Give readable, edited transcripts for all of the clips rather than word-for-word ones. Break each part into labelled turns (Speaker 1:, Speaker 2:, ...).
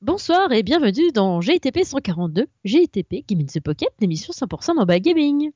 Speaker 1: Bonsoir et bienvenue dans GITP 142, GITP Game in the Pocket, l'émission 100% mobile gaming.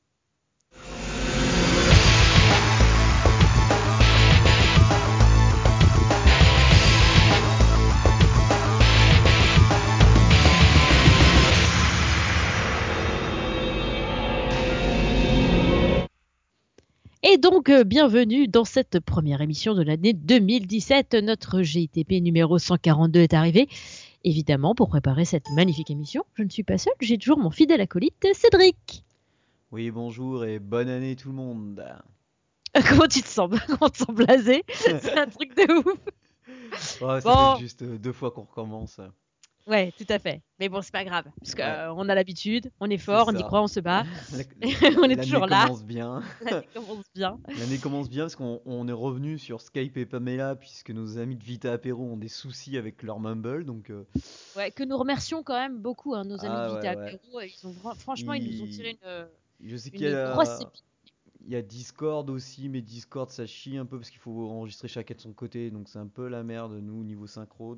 Speaker 1: Et donc, bienvenue dans cette première émission de l'année 2017. Notre GITP numéro 142 est arrivé. Évidemment, pour préparer cette magnifique émission, je ne suis pas seule, j'ai toujours mon fidèle acolyte, Cédric.
Speaker 2: Oui, bonjour et bonne année tout le monde.
Speaker 1: Comment tu te sens? Comment tu te sens blasé? C'est un truc de ouf.
Speaker 2: Oh, ça fait
Speaker 1: Bon,
Speaker 2: juste 2 fois qu'on recommence.
Speaker 1: ouais, tout à fait. Mais bon, c'est pas grave, parce
Speaker 2: Ouais,
Speaker 1: qu'on a l'habitude, on est
Speaker 2: c'est
Speaker 1: fort, on y
Speaker 2: ça.
Speaker 1: croit, on se bat.
Speaker 2: La-
Speaker 1: On est
Speaker 2: L'année
Speaker 1: toujours là.
Speaker 2: commence bien.
Speaker 1: L'année commence bien.
Speaker 2: L'année commence bien parce qu'on est revenu sur Skype et Pamela puisque nos amis de Vita Apéro ont des soucis avec leur Mumble. Donc,
Speaker 1: Ouais, que nous remercions quand même beaucoup, hein, nos amis de
Speaker 2: ah ouais,
Speaker 1: Vita
Speaker 2: ouais.
Speaker 1: Apéro. Franchement, ils nous ont tiré
Speaker 2: Il- Je sais
Speaker 1: une grosse épine.
Speaker 2: il y a Discord aussi, mais Discord ça chie un peu parce qu'il faut enregistrer chacun de son côté. Donc c'est un peu la merde, nous, niveau synchro.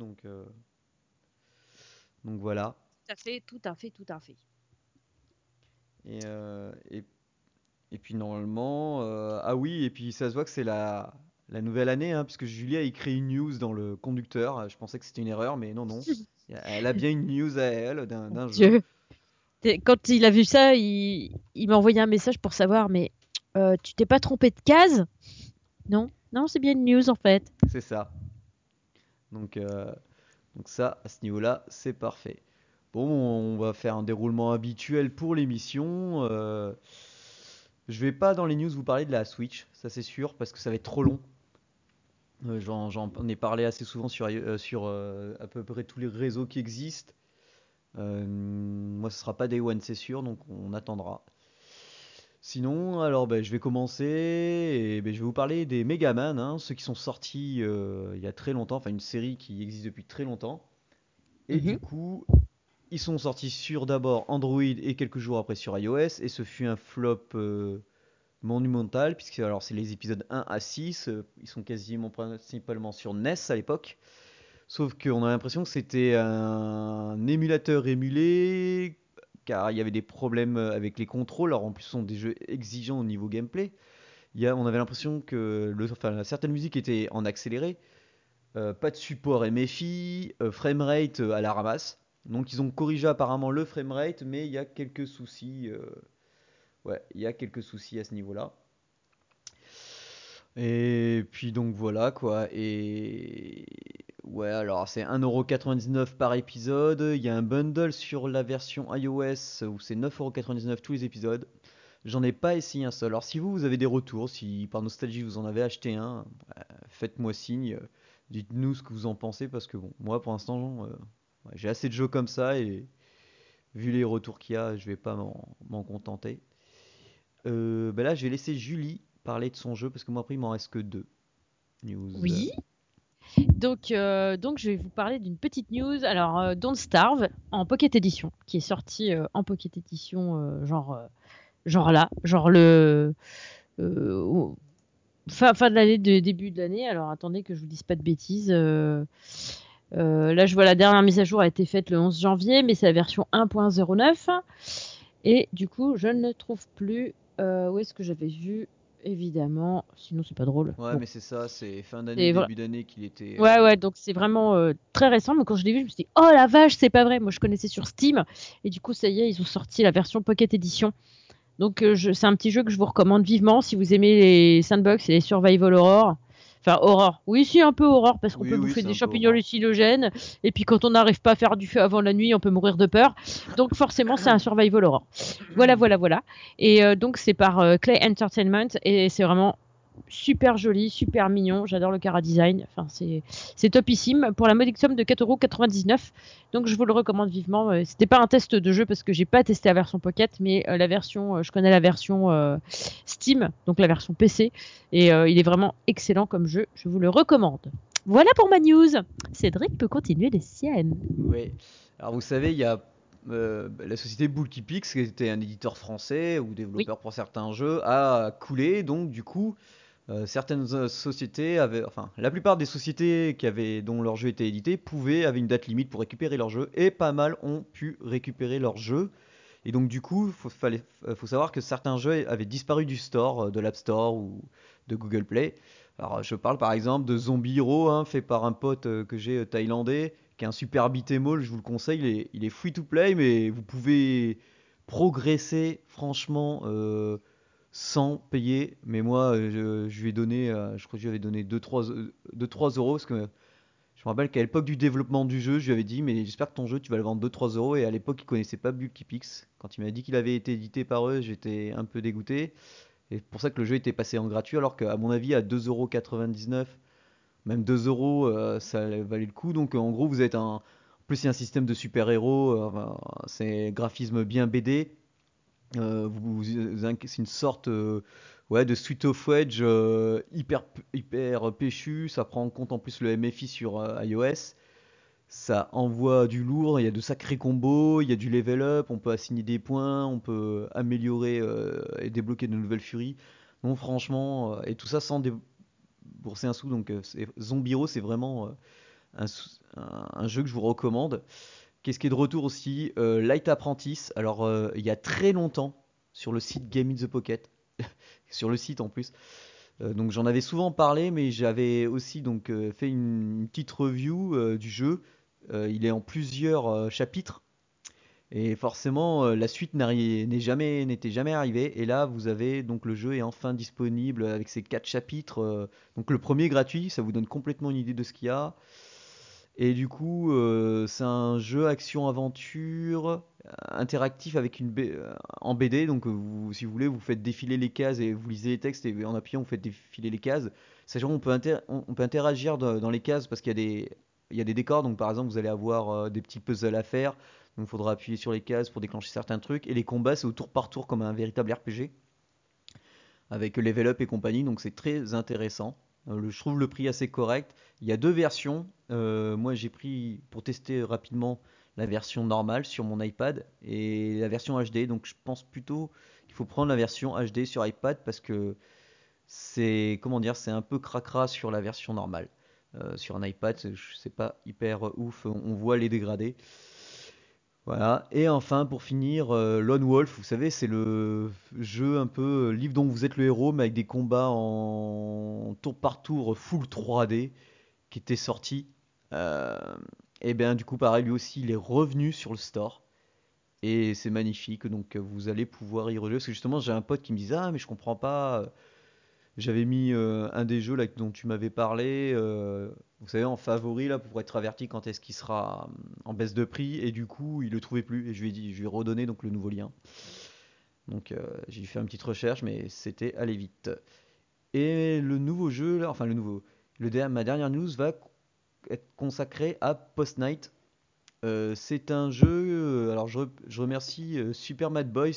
Speaker 2: Donc voilà.
Speaker 1: Tout à fait, tout à fait, tout à fait.
Speaker 2: Et, euh, et Et puis normalement, ah oui, et puis ça se voit que c'est la nouvelle année, hein, puisque Julie a écrit une news dans le conducteur. Je pensais que c'était une erreur, mais non, non. Elle a bien une news à elle
Speaker 1: Mon
Speaker 2: d'un jeu.
Speaker 1: Dieu. Quand il a vu ça, il m'a envoyé un message pour savoir, mais tu t'es pas trompé de case? Non, non, c'est bien une news en fait.
Speaker 2: C'est ça. Donc, euh, donc ça, à ce niveau-là, c'est parfait. Bon, on va faire un déroulement habituel pour l'émission. Je vais pas dans les news vous parler de la Switch, ça c'est sûr, parce que ça va être trop long. J'en ai parlé assez souvent sur à peu près tous les réseaux qui existent. Moi, ce sera pas Day One, c'est sûr, donc on attendra. Sinon, alors je vais commencer et je vais vous parler des Megaman, hein, ceux qui sont sortis il y a très longtemps, enfin une série qui existe depuis très longtemps. Et du
Speaker 1: Mhm.
Speaker 2: coup, ils sont sortis sur d'abord Android et quelques jours après sur iOS, et ce fut un flop monumental, puisque alors c'est les épisodes 1 à 6, ils sont quasiment principalement sur NES à l'époque. Sauf qu'on a l'impression que c'était un émulateur émulé, car il y avait des problèmes avec les contrôles. Alors en plus, ce sont des jeux exigeants au niveau gameplay. On avait l'impression que certaines musiques étaient en accéléré, pas de support MFI, framerate à la ramasse. Donc ils ont corrigé apparemment le framerate, mais il y a quelques soucis. Ouais, il y a quelques soucis à ce niveau-là. Et puis donc voilà quoi. Et ouais, alors c'est 1,99€ par épisode. Il y a un bundle sur la version iOS où c'est 9,99€ tous les épisodes. J'en ai pas essayé un seul. Alors si vous avez des retours, si par nostalgie vous en avez acheté un, faites-moi signe. Dites-nous ce que vous en pensez parce que bon, moi pour l'instant, ouais, j'ai assez de jeux comme ça et vu les retours qu'il y a, je vais pas m'en contenter. Là, je vais laisser Julie parler de son jeu parce que moi après il m'en reste que deux news.
Speaker 1: Oui. Donc, je vais vous parler d'une petite news. Alors, Don't Starve en Pocket Edition, qui est sorti en Pocket Edition, genre là, genre fin de l'année, début de l'année. Alors, attendez que je vous dise pas de bêtises. Là, je vois la dernière mise à jour a été faite le 11 janvier, mais c'est la version 1.09. Et du coup, je ne trouve plus où est-ce que j'avais vu, évidemment. Sinon, c'est pas drôle.
Speaker 2: Ouais,
Speaker 1: Bon,
Speaker 2: mais c'est ça, c'est fin d'année,
Speaker 1: c'est vrai.
Speaker 2: début d'année qu'il était.
Speaker 1: Ouais, ouais, donc c'est vraiment très récent. Mais quand je l'ai vu, je me suis dit, oh la vache, c'est pas vrai. Moi, je connaissais sur Steam. Et du coup, ça y est, ils ont sorti la version Pocket Edition. Donc, c'est un petit jeu que je vous recommande vivement si vous aimez les sandbox et les survival horror. Enfin, horror. Oui, si, un peu horror, parce qu'on
Speaker 2: Oui,
Speaker 1: peut
Speaker 2: oui,
Speaker 1: bouffer
Speaker 2: c'est
Speaker 1: des
Speaker 2: un peu
Speaker 1: champignons
Speaker 2: horreur.
Speaker 1: hallucinogènes. Et puis, quand on n'arrive pas à faire du feu avant la nuit, on peut mourir de peur. Donc, forcément, c'est un survival horror. Voilà, voilà, voilà. Et donc, c'est par Clay Entertainment. Et c'est vraiment super joli, super mignon. J'adore le cara design. Enfin, c'est topissime. Pour la modique somme de 4,99€. Donc, je vous le recommande vivement. C'était pas un test de jeu parce que j'ai pas testé la version Pocket, mais la version, je connais la version Steam, donc la version PC. Et il est vraiment excellent comme jeu. Je vous le recommande. Voilà pour ma news. Cédric peut continuer les siennes.
Speaker 2: Oui. Alors vous savez, il y a la société Bulkypix, qui était un éditeur français ou
Speaker 1: Oui.
Speaker 2: développeur pour certains jeux, a coulé. Donc du coup, Certaines sociétés avaient, enfin, la plupart des sociétés dont leur jeu était édité avaient une date limite pour récupérer leur jeu, et pas mal ont pu récupérer leur jeu. Et donc du coup, faut savoir que certains jeux avaient disparu du store, de l'App Store ou de Google Play. Alors je parle par exemple de Zombie Hero, hein, fait par un pote que j'ai thaïlandais, qui est un super beat'em all, je vous le conseille, il est free to play, mais vous pouvez progresser franchement sans payer. Mais moi, je lui ai donné, je crois que je lui avais donné 2-3 euros, parce que je me rappelle qu'à l'époque du développement du jeu, je lui avais dit, mais j'espère que ton jeu, tu vas le vendre 2-3 euros. Et à l'époque, il connaissait pas Bulkypix. Quand il m'a dit qu'il avait été édité par eux, j'étais un peu dégoûté. Et c'est pour ça que le jeu était passé en gratuit, alors qu'à mon avis, à 2,99 €, même 2 euros, ça valait le coup. Donc en gros, vous êtes un. En plus, il y a un système de super-héros, enfin, c'est graphisme bien BD. C'est une sorte ouais, de Street of Rage hyper péchu. Ça prend en compte en plus le MFI sur iOS. Ça envoie du lourd, il y a de sacrés combos, il y a du level up, on peut assigner des points, on peut améliorer et débloquer de nouvelles furies. Donc franchement, et tout ça sans débourser un sou. Donc Zombie Hero, c'est vraiment un jeu que je vous recommande. Qu'est-ce qui est de retour aussi? Light Apprentice. Alors, il y a très longtemps, sur le site Game in the Pocket, sur le site en plus. Donc, j'en avais souvent parlé, mais j'avais aussi donc fait une petite review du jeu. Il est en plusieurs chapitres. Et forcément, la suite n'était jamais arrivée. Et là, vous avez donc le jeu est enfin disponible avec ses 4 chapitres. Donc le premier gratuit, ça vous donne complètement une idée de ce qu'il y a. Et du coup, c'est un jeu action-aventure interactif avec en BD. Donc, si vous voulez, vous faites défiler les cases et vous lisez les textes et en appuyant, vous faites défiler les cases. Sachant qu'on on peut interagir dans les cases parce il y a des décors. Donc, par exemple, vous allez avoir des petits puzzles à faire. Donc, il faudra appuyer sur les cases pour déclencher certains trucs. Et les combats, c'est au tour par tour comme un véritable RPG avec level up et compagnie, donc c'est très intéressant. Je trouve le prix assez correct. Il y a 2 versions. Moi, j'ai pris pour tester rapidement la version normale sur mon iPad et la version HD. Donc, je pense plutôt qu'il faut prendre la version HD sur iPad parce que c'est, comment dire, c'est un peu cracra sur la version normale. Sur un iPad, c'est pas hyper ouf. On voit les dégradés. Voilà. Et enfin, pour finir, Lone Wolf, vous savez, c'est le jeu un peu livre dont vous êtes le héros, mais avec des combats en tour par tour full 3D qui était sorti. Euh, et bien, du coup, pareil, lui aussi, il est revenu sur le store. Et c'est magnifique, donc vous allez pouvoir y rejouer. Parce que justement, j'ai un pote qui me disait: Ah, mais je comprends pas. J'avais mis un des jeux là, dont tu m'avais parlé, vous savez, en favori là, pour être averti quand est-ce qu'il sera en baisse de prix. Et du coup, il le trouvait plus. Et je lui ai redonné donc le nouveau lien. Donc j'ai fait une petite recherche, mais c'était aller vite. Et le nouveau jeu, là, enfin le nouveau, ma dernière news va être consacrée à Post Night. C'est un jeu. Alors je remercie Super Mad Boy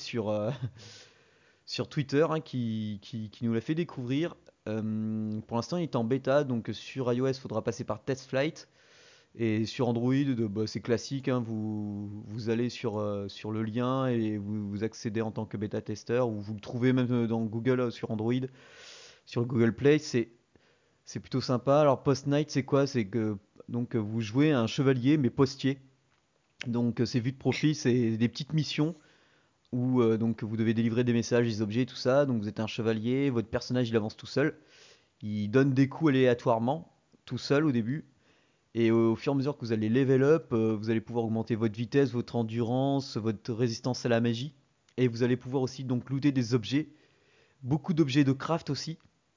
Speaker 2: sur Twitter, hein, qui nous l'a fait découvrir. Pour l'instant, il est en bêta, donc sur iOS, il faudra passer par TestFlight. Et sur Android, bah, c'est classique, hein, vous allez sur le lien et vous accédez en tant que bêta-testeur, ou vous le trouvez même dans Google sur Android, sur le Google Play. C'est plutôt sympa. Alors, Post-Night, c'est quoi? C'est que donc, vous jouez un chevalier, mais postier. Donc, c'est vu de profil, c'est des petites missions où donc vous devez délivrer des messages, des objets, tout ça. Donc vous êtes un chevalier, votre personnage il avance tout seul, il donne des coups aléatoirement, tout seul au début. Et au fur et à mesure que vous allez level up, vous allez pouvoir augmenter votre vitesse, votre endurance, votre résistance à la magie. Et vous allez pouvoir aussi donc looter des objets, beaucoup d'objets de craft aussi.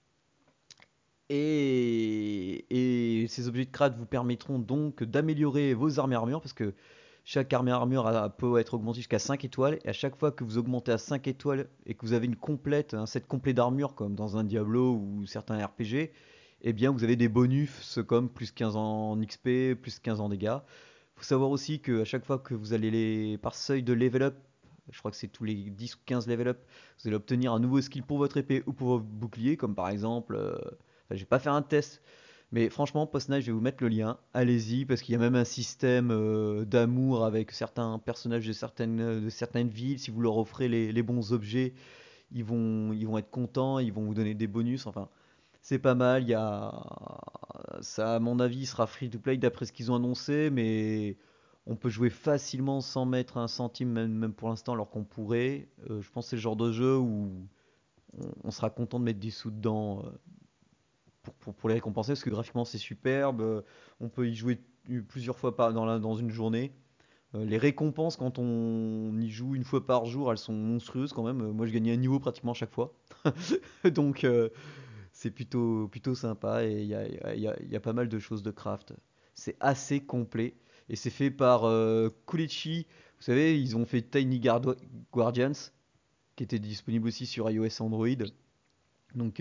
Speaker 2: Et ces objets de craft vous permettront donc d'améliorer vos armes et armures parce que chaque arme et armure peut être augmentée jusqu'à 5 étoiles. Et à chaque fois que vous augmentez à 5 étoiles et que vous avez un set complet d'armure comme dans un Diablo ou certains RPG, eh bien vous avez des bonus comme plus 15 en XP, plus 15 en dégâts. Il faut savoir aussi qu'à chaque fois que vous allez par seuil de level up, je crois que c'est tous les 10 ou 15 level up, vous allez obtenir un nouveau skill pour votre épée ou pour votre bouclier, comme par exemple enfin, je vais pas faire un test, mais franchement, Post-Night, je vais vous mettre le lien. Allez-y, parce qu'il y a même un système d'amour avec certains personnages de certaines villes. Si vous leur offrez les bons objets, ils vont être contents, ils vont vous donner des bonus. Enfin, c'est pas mal. Ça, à mon avis, sera free to play d'après ce qu'ils ont annoncé, mais on peut jouer facilement sans mettre un centime, même pour l'instant, alors qu'on pourrait. Je pense que c'est le genre de jeu où on sera content de mettre des sous dedans pour les récompenser, parce que graphiquement c'est superbe. On peut y jouer plusieurs fois dans une journée. Les récompenses, quand on y joue une fois par jour, elles sont monstrueuses quand même. Moi, je gagnais un niveau pratiquement à chaque fois. Donc, c'est plutôt sympa et il y a pas mal de choses de craft. C'est assez complet et c'est fait par Kulichi. Vous savez, ils ont fait Guardians qui était disponible aussi sur iOS et Android. Donc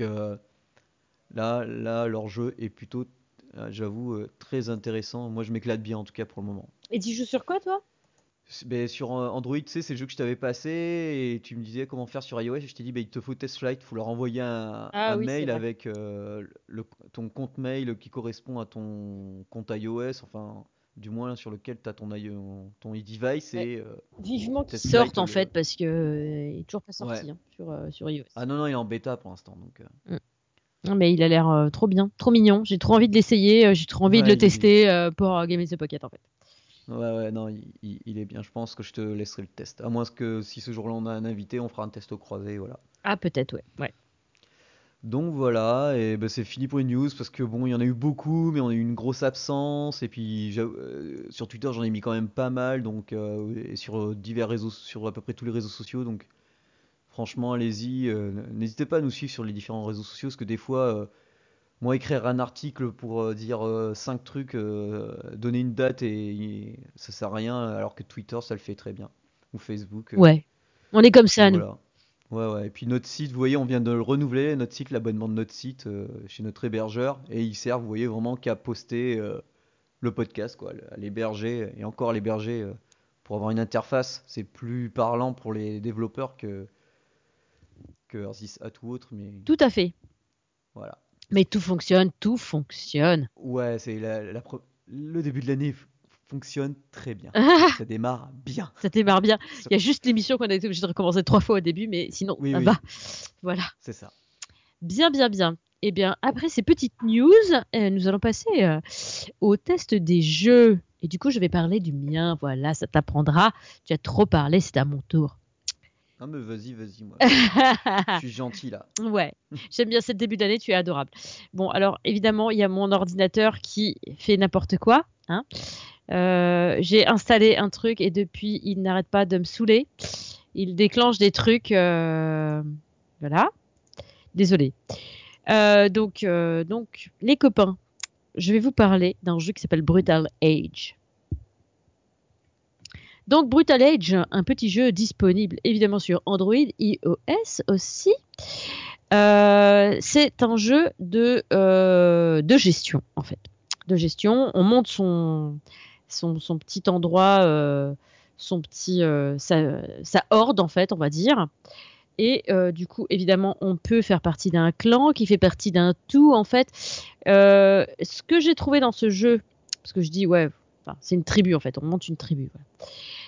Speaker 2: là, leur jeu est plutôt, j'avoue, très intéressant. Moi, je m'éclate bien en tout cas pour le moment.
Speaker 1: Et tu joues sur quoi, toi?
Speaker 2: Ben, sur Android, tu sais, c'est le jeu que je t'avais passé et tu me disais comment faire sur iOS et je t'ai dit, ben, il te faut TestFlight, il faut leur envoyer
Speaker 1: Ah
Speaker 2: un
Speaker 1: oui, c'est
Speaker 2: mail
Speaker 1: vrai.
Speaker 2: avec ton compte mail qui correspond à ton compte iOS, enfin, du moins sur lequel tu as ton e-device
Speaker 1: Ouais.
Speaker 2: et
Speaker 1: Vivement qu'ils sortent
Speaker 2: TestFlight,
Speaker 1: en fait parce que il est toujours pas
Speaker 2: ouais.
Speaker 1: sorti hein, sur iOS.
Speaker 2: Ah non, non, il est en bêta pour l'instant, donc
Speaker 1: Mm. Non, mais il a l'air trop bien, trop mignon. J'ai trop envie de l'essayer, j'ai trop envie de le
Speaker 2: ouais,
Speaker 1: tester pour Game in the Pocket en fait.
Speaker 2: ouais, non, il est bien. Je pense que je te laisserai le test. À moins que si ce jour-là on a un invité, on fera un test au croisé, voilà.
Speaker 1: Ah peut-être ouais. Ouais.
Speaker 2: Donc voilà, et ben c'est fini pour les news parce que bon, il y en a eu beaucoup, mais on a eu une grosse absence. Et puis sur Twitter, j'en ai mis quand même pas mal, donc et sur divers réseaux, sur à peu près tous les réseaux sociaux. Donc franchement, allez-y, n'hésitez pas à nous suivre sur les différents réseaux sociaux, parce que des fois, moi écrire un article pour dire 5 trucs, donner une date et ça sert à rien, alors que Twitter, ça le fait très bien, ou Facebook.
Speaker 1: Ouais. On est comme
Speaker 2: Donc
Speaker 1: ça nous.
Speaker 2: voilà. Ouais, ouais. Et puis notre site, vous voyez, on vient de le renouveler, notre site, l'abonnement de notre site chez notre hébergeur. Et il sert, vous voyez, vraiment qu'à poster le podcast, quoi, à l'héberger. Et encore à l'héberger pour avoir une interface. C'est plus parlant pour les développeurs que Arsys ou autre. Mais
Speaker 1: Tout à fait.
Speaker 2: voilà.
Speaker 1: Mais tout fonctionne, tout fonctionne.
Speaker 2: Ouais, c'est le début de l'année fonctionne très bien. Ça démarre bien.
Speaker 1: Ça démarre bien.
Speaker 2: Ça-
Speaker 1: Il y a juste l'émission qu'on a été obligé de recommencer 3 fois au début, mais sinon
Speaker 2: Oui,
Speaker 1: ça
Speaker 2: oui,
Speaker 1: va. Voilà.
Speaker 2: c'est ça.
Speaker 1: Bien, bien, bien. Eh bien, après ces petites news, nous allons passer au test des jeux. Et du coup, je vais parler du mien. Voilà, ça t'apprendra. Tu as trop parlé, c'est à mon tour.
Speaker 2: Ah, mais vas-y, moi. Je suis gentil là.
Speaker 1: Ouais, j'aime bien ce début d'année, tu es adorable. Bon, alors évidemment, il y a mon ordinateur qui fait n'importe quoi, hein. J'ai installé un truc et depuis, il n'arrête pas de me saouler. Il déclenche des trucs. Voilà, désolé. Donc, les copains, je vais vous parler d'un jeu qui s'appelle Brutal Age. Donc, Brutal Age, un petit jeu disponible évidemment sur Android, iOS aussi. C'est un jeu de gestion, en fait. De gestion. On monte son petit endroit, sa horde, en fait, on va dire. Et du coup, évidemment, on peut faire partie d'un clan qui fait partie d'un tout, en fait. Ce que j'ai trouvé dans ce jeu, parce que je dis, ouais, enfin, c'est une tribu, en fait. On monte une tribu. Ouais.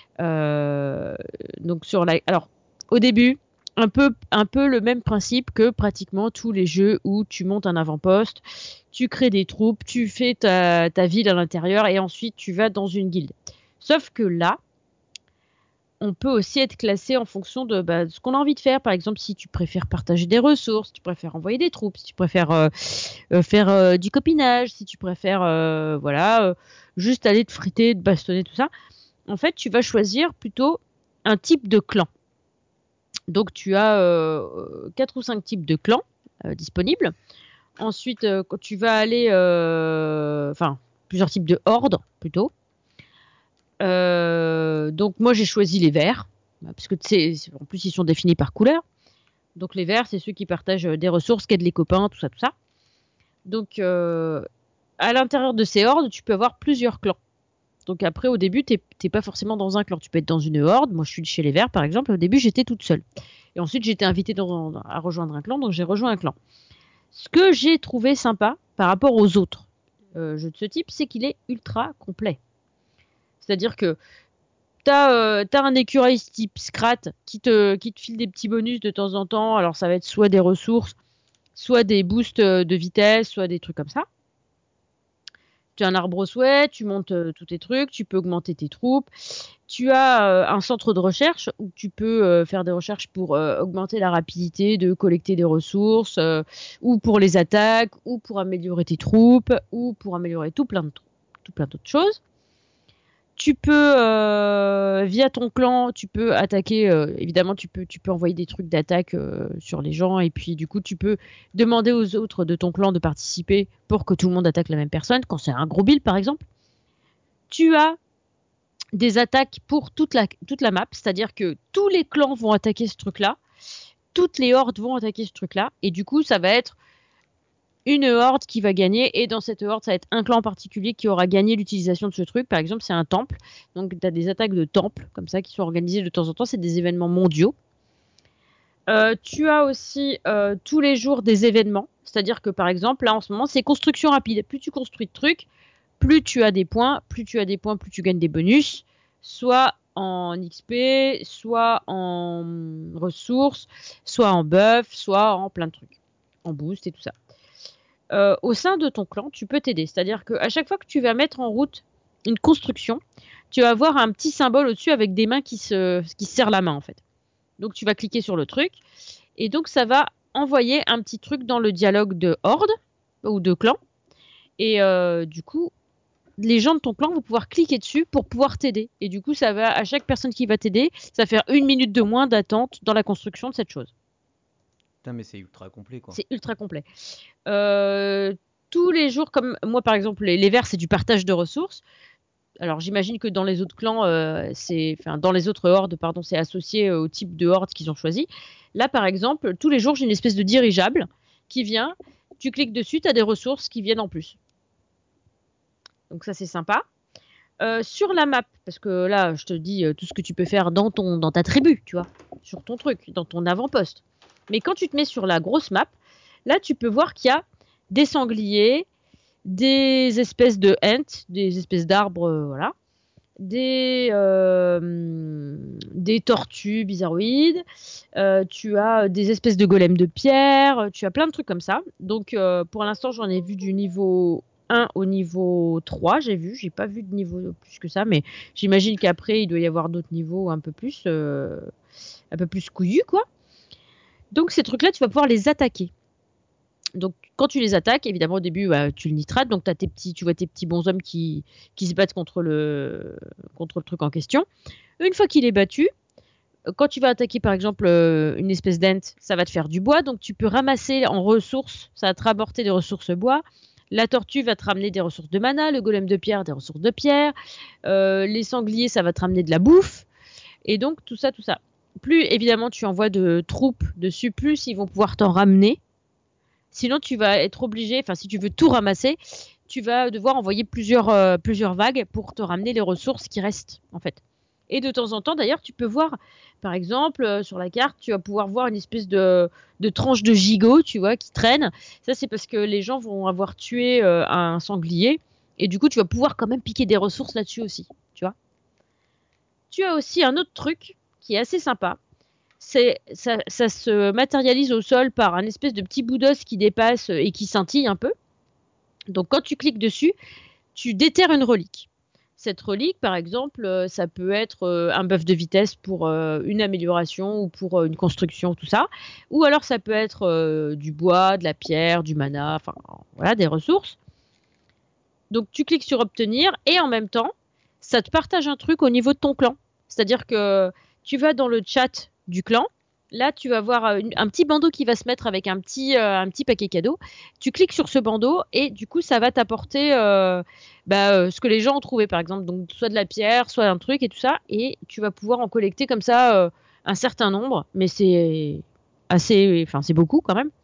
Speaker 1: Donc alors au début, un peu le même principe que pratiquement tous les jeux où tu montes un avant-poste, tu crées des troupes, tu fais ta ville à l'intérieur et ensuite tu vas dans une guilde. Sauf que là, on peut aussi être classé en fonction de ce qu'on a envie de faire. Par exemple, si tu préfères partager des ressources, si tu préfères envoyer des troupes, si tu préfères faire du copinage, si tu préfères juste aller te friter, te bastonner, tout ça. En fait, tu vas choisir plutôt un type de clan. Donc, tu as 4 ou 5 types de clans disponibles. Ensuite, quand tu vas aller... Enfin, plusieurs types de hordes, plutôt. Donc, moi, j'ai choisi les verts. Parce que, en plus, ils sont définis par couleur. Donc, les verts, c'est ceux qui partagent des ressources, qui aident les copains, tout ça, tout ça. Donc, à l'intérieur de ces hordes, tu peux avoir plusieurs clans. Donc après, au début, t'es pas forcément dans un clan. Tu peux être dans une horde. Moi, je suis chez les Verts, par exemple. Au début, j'étais toute seule. Et ensuite, j'ai été invitée à rejoindre un clan, donc j'ai rejoint un clan. Ce que j'ai trouvé sympa par rapport aux autres jeux de ce type, c'est qu'il est ultra complet. C'est-à-dire que t'as un écureuil type Scrat qui te file des petits bonus de temps en temps. Alors, ça va être soit des ressources, soit des boosts de vitesse, soit des trucs comme ça. Tu as un arbre au souhait, tu montes tous tes trucs, tu peux augmenter tes troupes. Tu as un centre de recherche où tu peux faire des recherches pour augmenter la rapidité de collecter des ressources, ou pour les attaques, ou pour améliorer tes troupes, ou pour améliorer tout plein d'autres choses. Tu peux, via ton clan, tu peux attaquer, évidemment, tu peux envoyer des trucs d'attaque sur les gens, et puis du coup, tu peux demander aux autres de ton clan de participer pour que tout le monde attaque la même personne, quand c'est un gros build, par exemple. Tu as des attaques pour toute la map, c'est-à-dire que tous les clans vont attaquer ce truc-là, toutes les hordes vont attaquer ce truc-là, et du coup, ça va être une horde qui va gagner, et dans cette horde, ça va être un clan en particulier qui aura gagné l'utilisation de ce truc. Par exemple, c'est un temple, donc tu as des attaques de temples, comme ça, qui sont organisées de temps en temps, c'est des événements mondiaux. Tu as aussi tous les jours des événements, c'est-à-dire que par exemple, là en ce moment, c'est construction rapide. Plus tu construis de trucs, plus tu as des points, plus tu gagnes des bonus, soit en XP, soit en ressources, soit en buff, soit en plein de trucs, en boost et tout ça. Au sein de ton clan, tu peux t'aider. C'est-à-dire qu'à chaque fois que tu vas mettre en route une construction, tu vas avoir un petit symbole au-dessus avec des mains qui se serrent la main, en fait. Donc, tu vas cliquer sur le truc. Et donc, ça va envoyer un petit truc dans le dialogue de horde ou de clan. Et du coup, les gens de ton clan vont pouvoir cliquer dessus pour pouvoir t'aider. Et du coup, ça va, à chaque personne qui va t'aider, ça va faire 1 minute de moins d'attente dans la construction de cette chose.
Speaker 2: Putain, mais c'est ultra complet, quoi.
Speaker 1: C'est ultra complet. Tous les jours, comme moi par exemple, les verts c'est du partage de ressources. Alors j'imagine que dans les autres clans, dans les autres hordes, pardon, c'est associé au type de horde qu'ils ont choisi. Là par exemple, tous les jours j'ai une espèce de dirigeable qui vient, tu cliques dessus, tu as des ressources qui viennent en plus. Donc ça c'est sympa. Sur la map, parce que là je te dis tout ce que tu peux faire dans ta tribu, tu vois, sur ton truc, dans ton avant-poste. Mais quand tu te mets sur la grosse map, là tu peux voir qu'il y a des sangliers, des espèces de hents, des espèces d'arbres, voilà, des tortues bizarroïdes, tu as des espèces de golems de pierre, tu as plein de trucs comme ça. Donc pour l'instant j'en ai vu du niveau 1 au niveau 3, j'ai pas vu de niveau plus que ça, mais j'imagine qu'après il doit y avoir d'autres niveaux un peu plus couillus, quoi. Donc ces trucs-là, tu vas pouvoir les attaquer. Donc quand tu les attaques, évidemment au début tu le nitrates, donc tu vois tes petits bonshommes qui se battent contre le truc en question. Une fois qu'il est battu, quand tu vas attaquer par exemple une espèce d'ent, ça va te faire du bois, donc tu peux ramasser en ressources, ça va te rapporter des ressources bois. La tortue va te ramener des ressources de mana, le golem de pierre des ressources de pierre, les sangliers ça va te ramener de la bouffe, et donc tout ça. Plus évidemment tu envoies de troupes dessus, plus ils vont pouvoir t'en ramener. Sinon, tu vas être obligé, enfin, si tu veux tout ramasser, tu vas devoir envoyer plusieurs vagues pour te ramener les ressources qui restent, en fait. Et de temps en temps, d'ailleurs, tu peux voir, par exemple, sur la carte, tu vas pouvoir voir une espèce de tranche de gigot, tu vois, qui traîne. Ça, c'est parce que les gens vont avoir tué un sanglier. Et du coup, tu vas pouvoir quand même piquer des ressources là-dessus aussi, tu vois. Tu as aussi un autre truc qui est assez sympa. Ça se matérialise au sol par un espèce de petit bout d'os qui dépasse et qui scintille un peu. Donc quand tu cliques dessus, tu déterres une relique. Cette relique, par exemple, ça peut être un buff de vitesse pour une amélioration ou pour une construction, tout ça. Ou alors ça peut être du bois, de la pierre, du mana, enfin voilà, des ressources. Donc tu cliques sur obtenir et en même temps, ça te partage un truc au niveau de ton clan. C'est-à-dire que tu vas dans le chat du clan. Là, tu vas voir un petit bandeau qui va se mettre avec un petit paquet cadeau. Tu cliques sur ce bandeau et du coup, ça va t'apporter ce que les gens ont trouvé, par exemple. Donc, soit de la pierre, soit un truc et tout ça. Et tu vas pouvoir en collecter comme ça un certain nombre. Mais c'est c'est beaucoup quand même.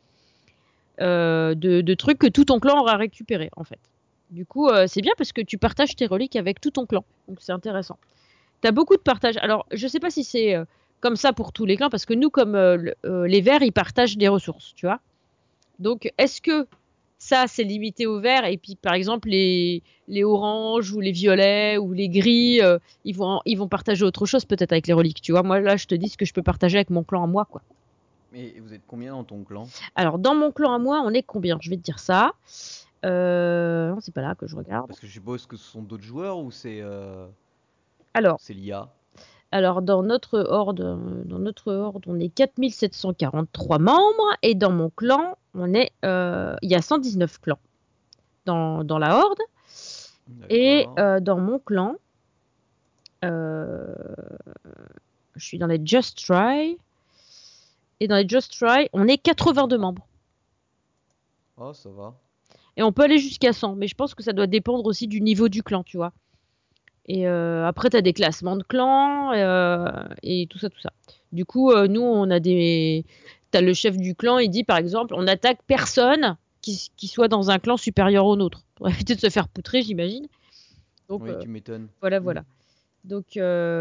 Speaker 1: De trucs que tout ton clan aura récupéré, en fait. Du coup, c'est bien parce que tu partages tes reliques avec tout ton clan. Donc, c'est intéressant. T'as beaucoup de partage. Alors, je sais pas si c'est comme ça pour tous les clans, parce que nous, comme les verts, ils partagent des ressources, tu vois. Donc, est-ce que ça, c'est limité aux verts, et puis, par exemple, les oranges, ou les violets, ou les gris, ils vont partager autre chose, peut-être, avec les reliques, tu vois. Moi, là, je te dis ce que je peux partager avec mon clan à moi, quoi.
Speaker 2: Et vous êtes combien dans ton clan?
Speaker 1: Alors, dans mon clan à moi, on est combien? Je vais te dire ça. Non, c'est pas là que je regarde.
Speaker 2: Parce que je suppose que ce sont d'autres joueurs ou
Speaker 1: Alors,
Speaker 2: c'est l'IA?
Speaker 1: dans notre horde, on est 4743 membres et dans mon clan, il y a 119 clans dans la horde et
Speaker 2: D'accord.
Speaker 1: dans mon clan, euh, je suis dans les Just Try et dans les Just Try, on est 82 membres
Speaker 2: Oh, ça va.
Speaker 1: et on peut aller jusqu'à 100, mais je pense que ça doit dépendre aussi du niveau du clan, tu vois. Et après, tu as des classements de clans et tout ça, tout ça. Du coup, nous, on a des. Tu as le chef du clan, il dit par exemple, on attaque personne qui soit dans un clan supérieur au nôtre. Pour éviter de se faire poutrer, j'imagine. Donc,
Speaker 2: Oui, tu m'étonnes.
Speaker 1: voilà, voilà. Donc,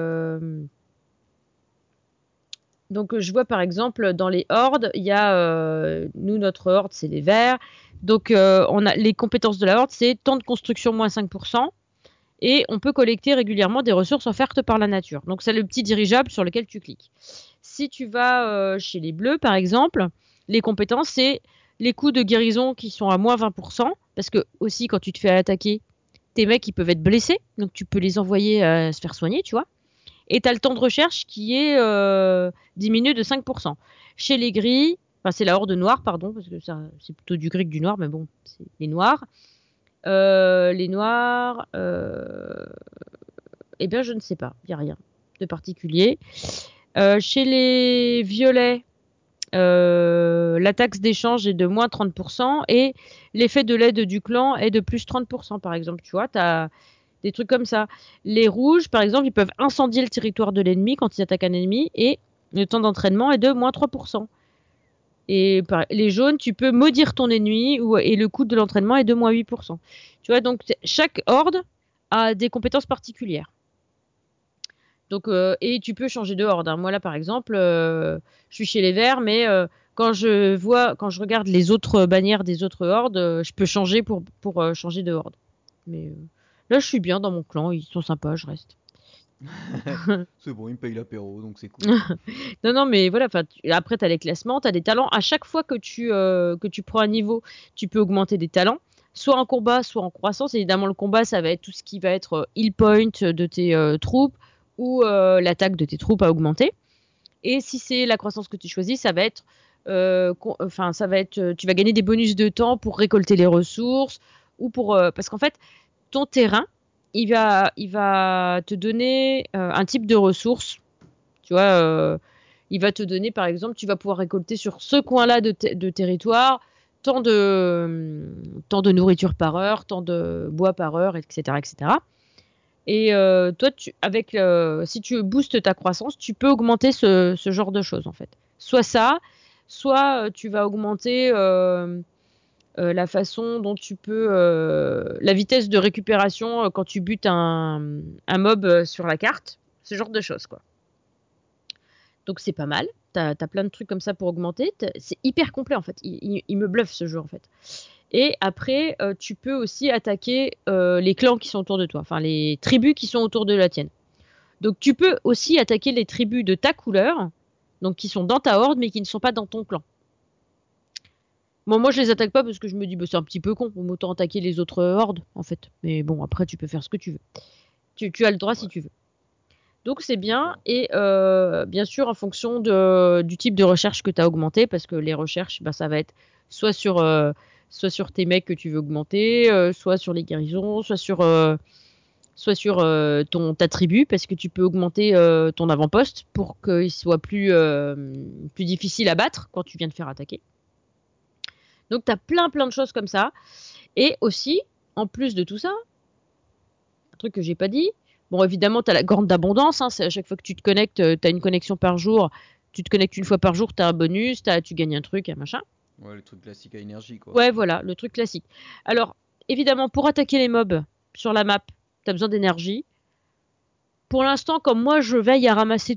Speaker 1: je vois par exemple, dans les hordes, il y a. Nous, notre horde, c'est les verts. Donc, on a les compétences de la horde, c'est temps de construction moins 5%. Et on peut collecter régulièrement des ressources offertes par la nature. Donc c'est le petit dirigeable sur lequel tu cliques. Si tu vas chez les bleus, par exemple, les compétences, c'est les coups de guérison qui sont à moins 20%, parce que aussi quand tu te fais attaquer, tes mecs ils peuvent être blessés, donc tu peux les envoyer se faire soigner, tu vois. Et tu as le temps de recherche qui est diminué de 5%. Chez les gris, enfin c'est la horde noire, pardon, parce que ça, c'est plutôt du gris que du noir, mais bon, c'est les noirs. Les noirs, eh bien, je ne sais pas. Il n'y a rien de particulier. Chez les violets, la taxe d'échange est de moins 30% et l'effet de l'aide du clan est de plus 30%, par exemple. Tu vois, tu as des trucs comme ça. Les rouges, par exemple, ils peuvent incendier le territoire de l'ennemi quand ils attaquent un ennemi et le temps d'entraînement est de moins 3%. Et les jaunes, tu peux maudire ton ennemi et le coût de l'entraînement est de moins 8%. Tu vois, donc chaque horde a des compétences particulières. Donc, et tu peux changer de horde, hein. Moi, là, par exemple, je suis chez les verts, mais quand je regarde les autres bannières des autres hordes, je peux changer pour changer de horde. Mais là, je suis bien dans mon clan, ils sont sympas, je reste.
Speaker 2: C'est bon, il me paye l'apéro, donc c'est cool.
Speaker 1: Non, non, mais voilà, après, tu as les classements, tu as des talents. À chaque fois que tu prends un niveau, tu peux augmenter des talents, soit en combat, soit en croissance. Évidemment, le combat, ça va être tout ce qui va être heal point de tes troupes ou l'attaque de tes troupes à augmenter. Et si c'est la croissance que tu choisis, ça va être, tu vas gagner des bonus de temps pour récolter les ressources ou parce qu'en fait, ton terrain, il va te donner un type de ressources. Tu vois, il va te donner, par exemple, tu vas pouvoir récolter sur ce coin-là de territoire tant de nourriture par heure, tant de bois par heure, etc., etc. Et toi, si tu boostes ta croissance, tu peux augmenter ce genre de choses, en fait. Soit ça, soit tu vas augmenter la façon dont tu peux... la vitesse de récupération quand tu butes un mob sur la carte. Ce genre de choses, quoi. Donc c'est pas mal. T'as plein de trucs comme ça pour augmenter. C'est hyper complet, en fait. Il me bluffe, ce jeu, en fait. Et après, tu peux aussi attaquer les clans qui sont autour de toi, enfin les tribus qui sont autour de la tienne. Donc tu peux aussi attaquer les tribus de ta couleur, donc qui sont dans ta horde mais qui ne sont pas dans ton clan. Bon, moi je les attaque pas parce que je me dis bah, c'est un petit peu con, on autant attaquer les autres hordes en fait. Mais bon, après tu peux faire ce que tu veux. Tu as le droit si
Speaker 2: Ouais,
Speaker 1: tu veux. Donc c'est bien
Speaker 2: d'accord.
Speaker 1: et bien sûr en fonction du type de recherche que tu as augmenté parce que les recherches bah, ça va être soit sur soit sur tes mecs que tu veux augmenter, soit sur les guérisons, soit sur ta tribu parce que tu peux augmenter ton avant-poste pour qu'il soit plus difficile à battre quand tu viens de faire attaquer. Donc tu as plein de choses comme ça et aussi en plus de tout ça, un truc que j'ai pas dit. Bon, évidemment, tu as la grande d'abondance. Hein, c'est à chaque fois que tu te connectes, tu as une connexion par jour. Tu te connectes une fois par jour, tu as un bonus, tu gagnes un truc, un machin.
Speaker 2: Ouais, le truc classique à énergie, quoi.
Speaker 1: Ouais, voilà, le truc classique. Alors, évidemment, pour attaquer les mobs sur la map, tu as besoin d'énergie. Pour l'instant, comme moi, je veille à ramasser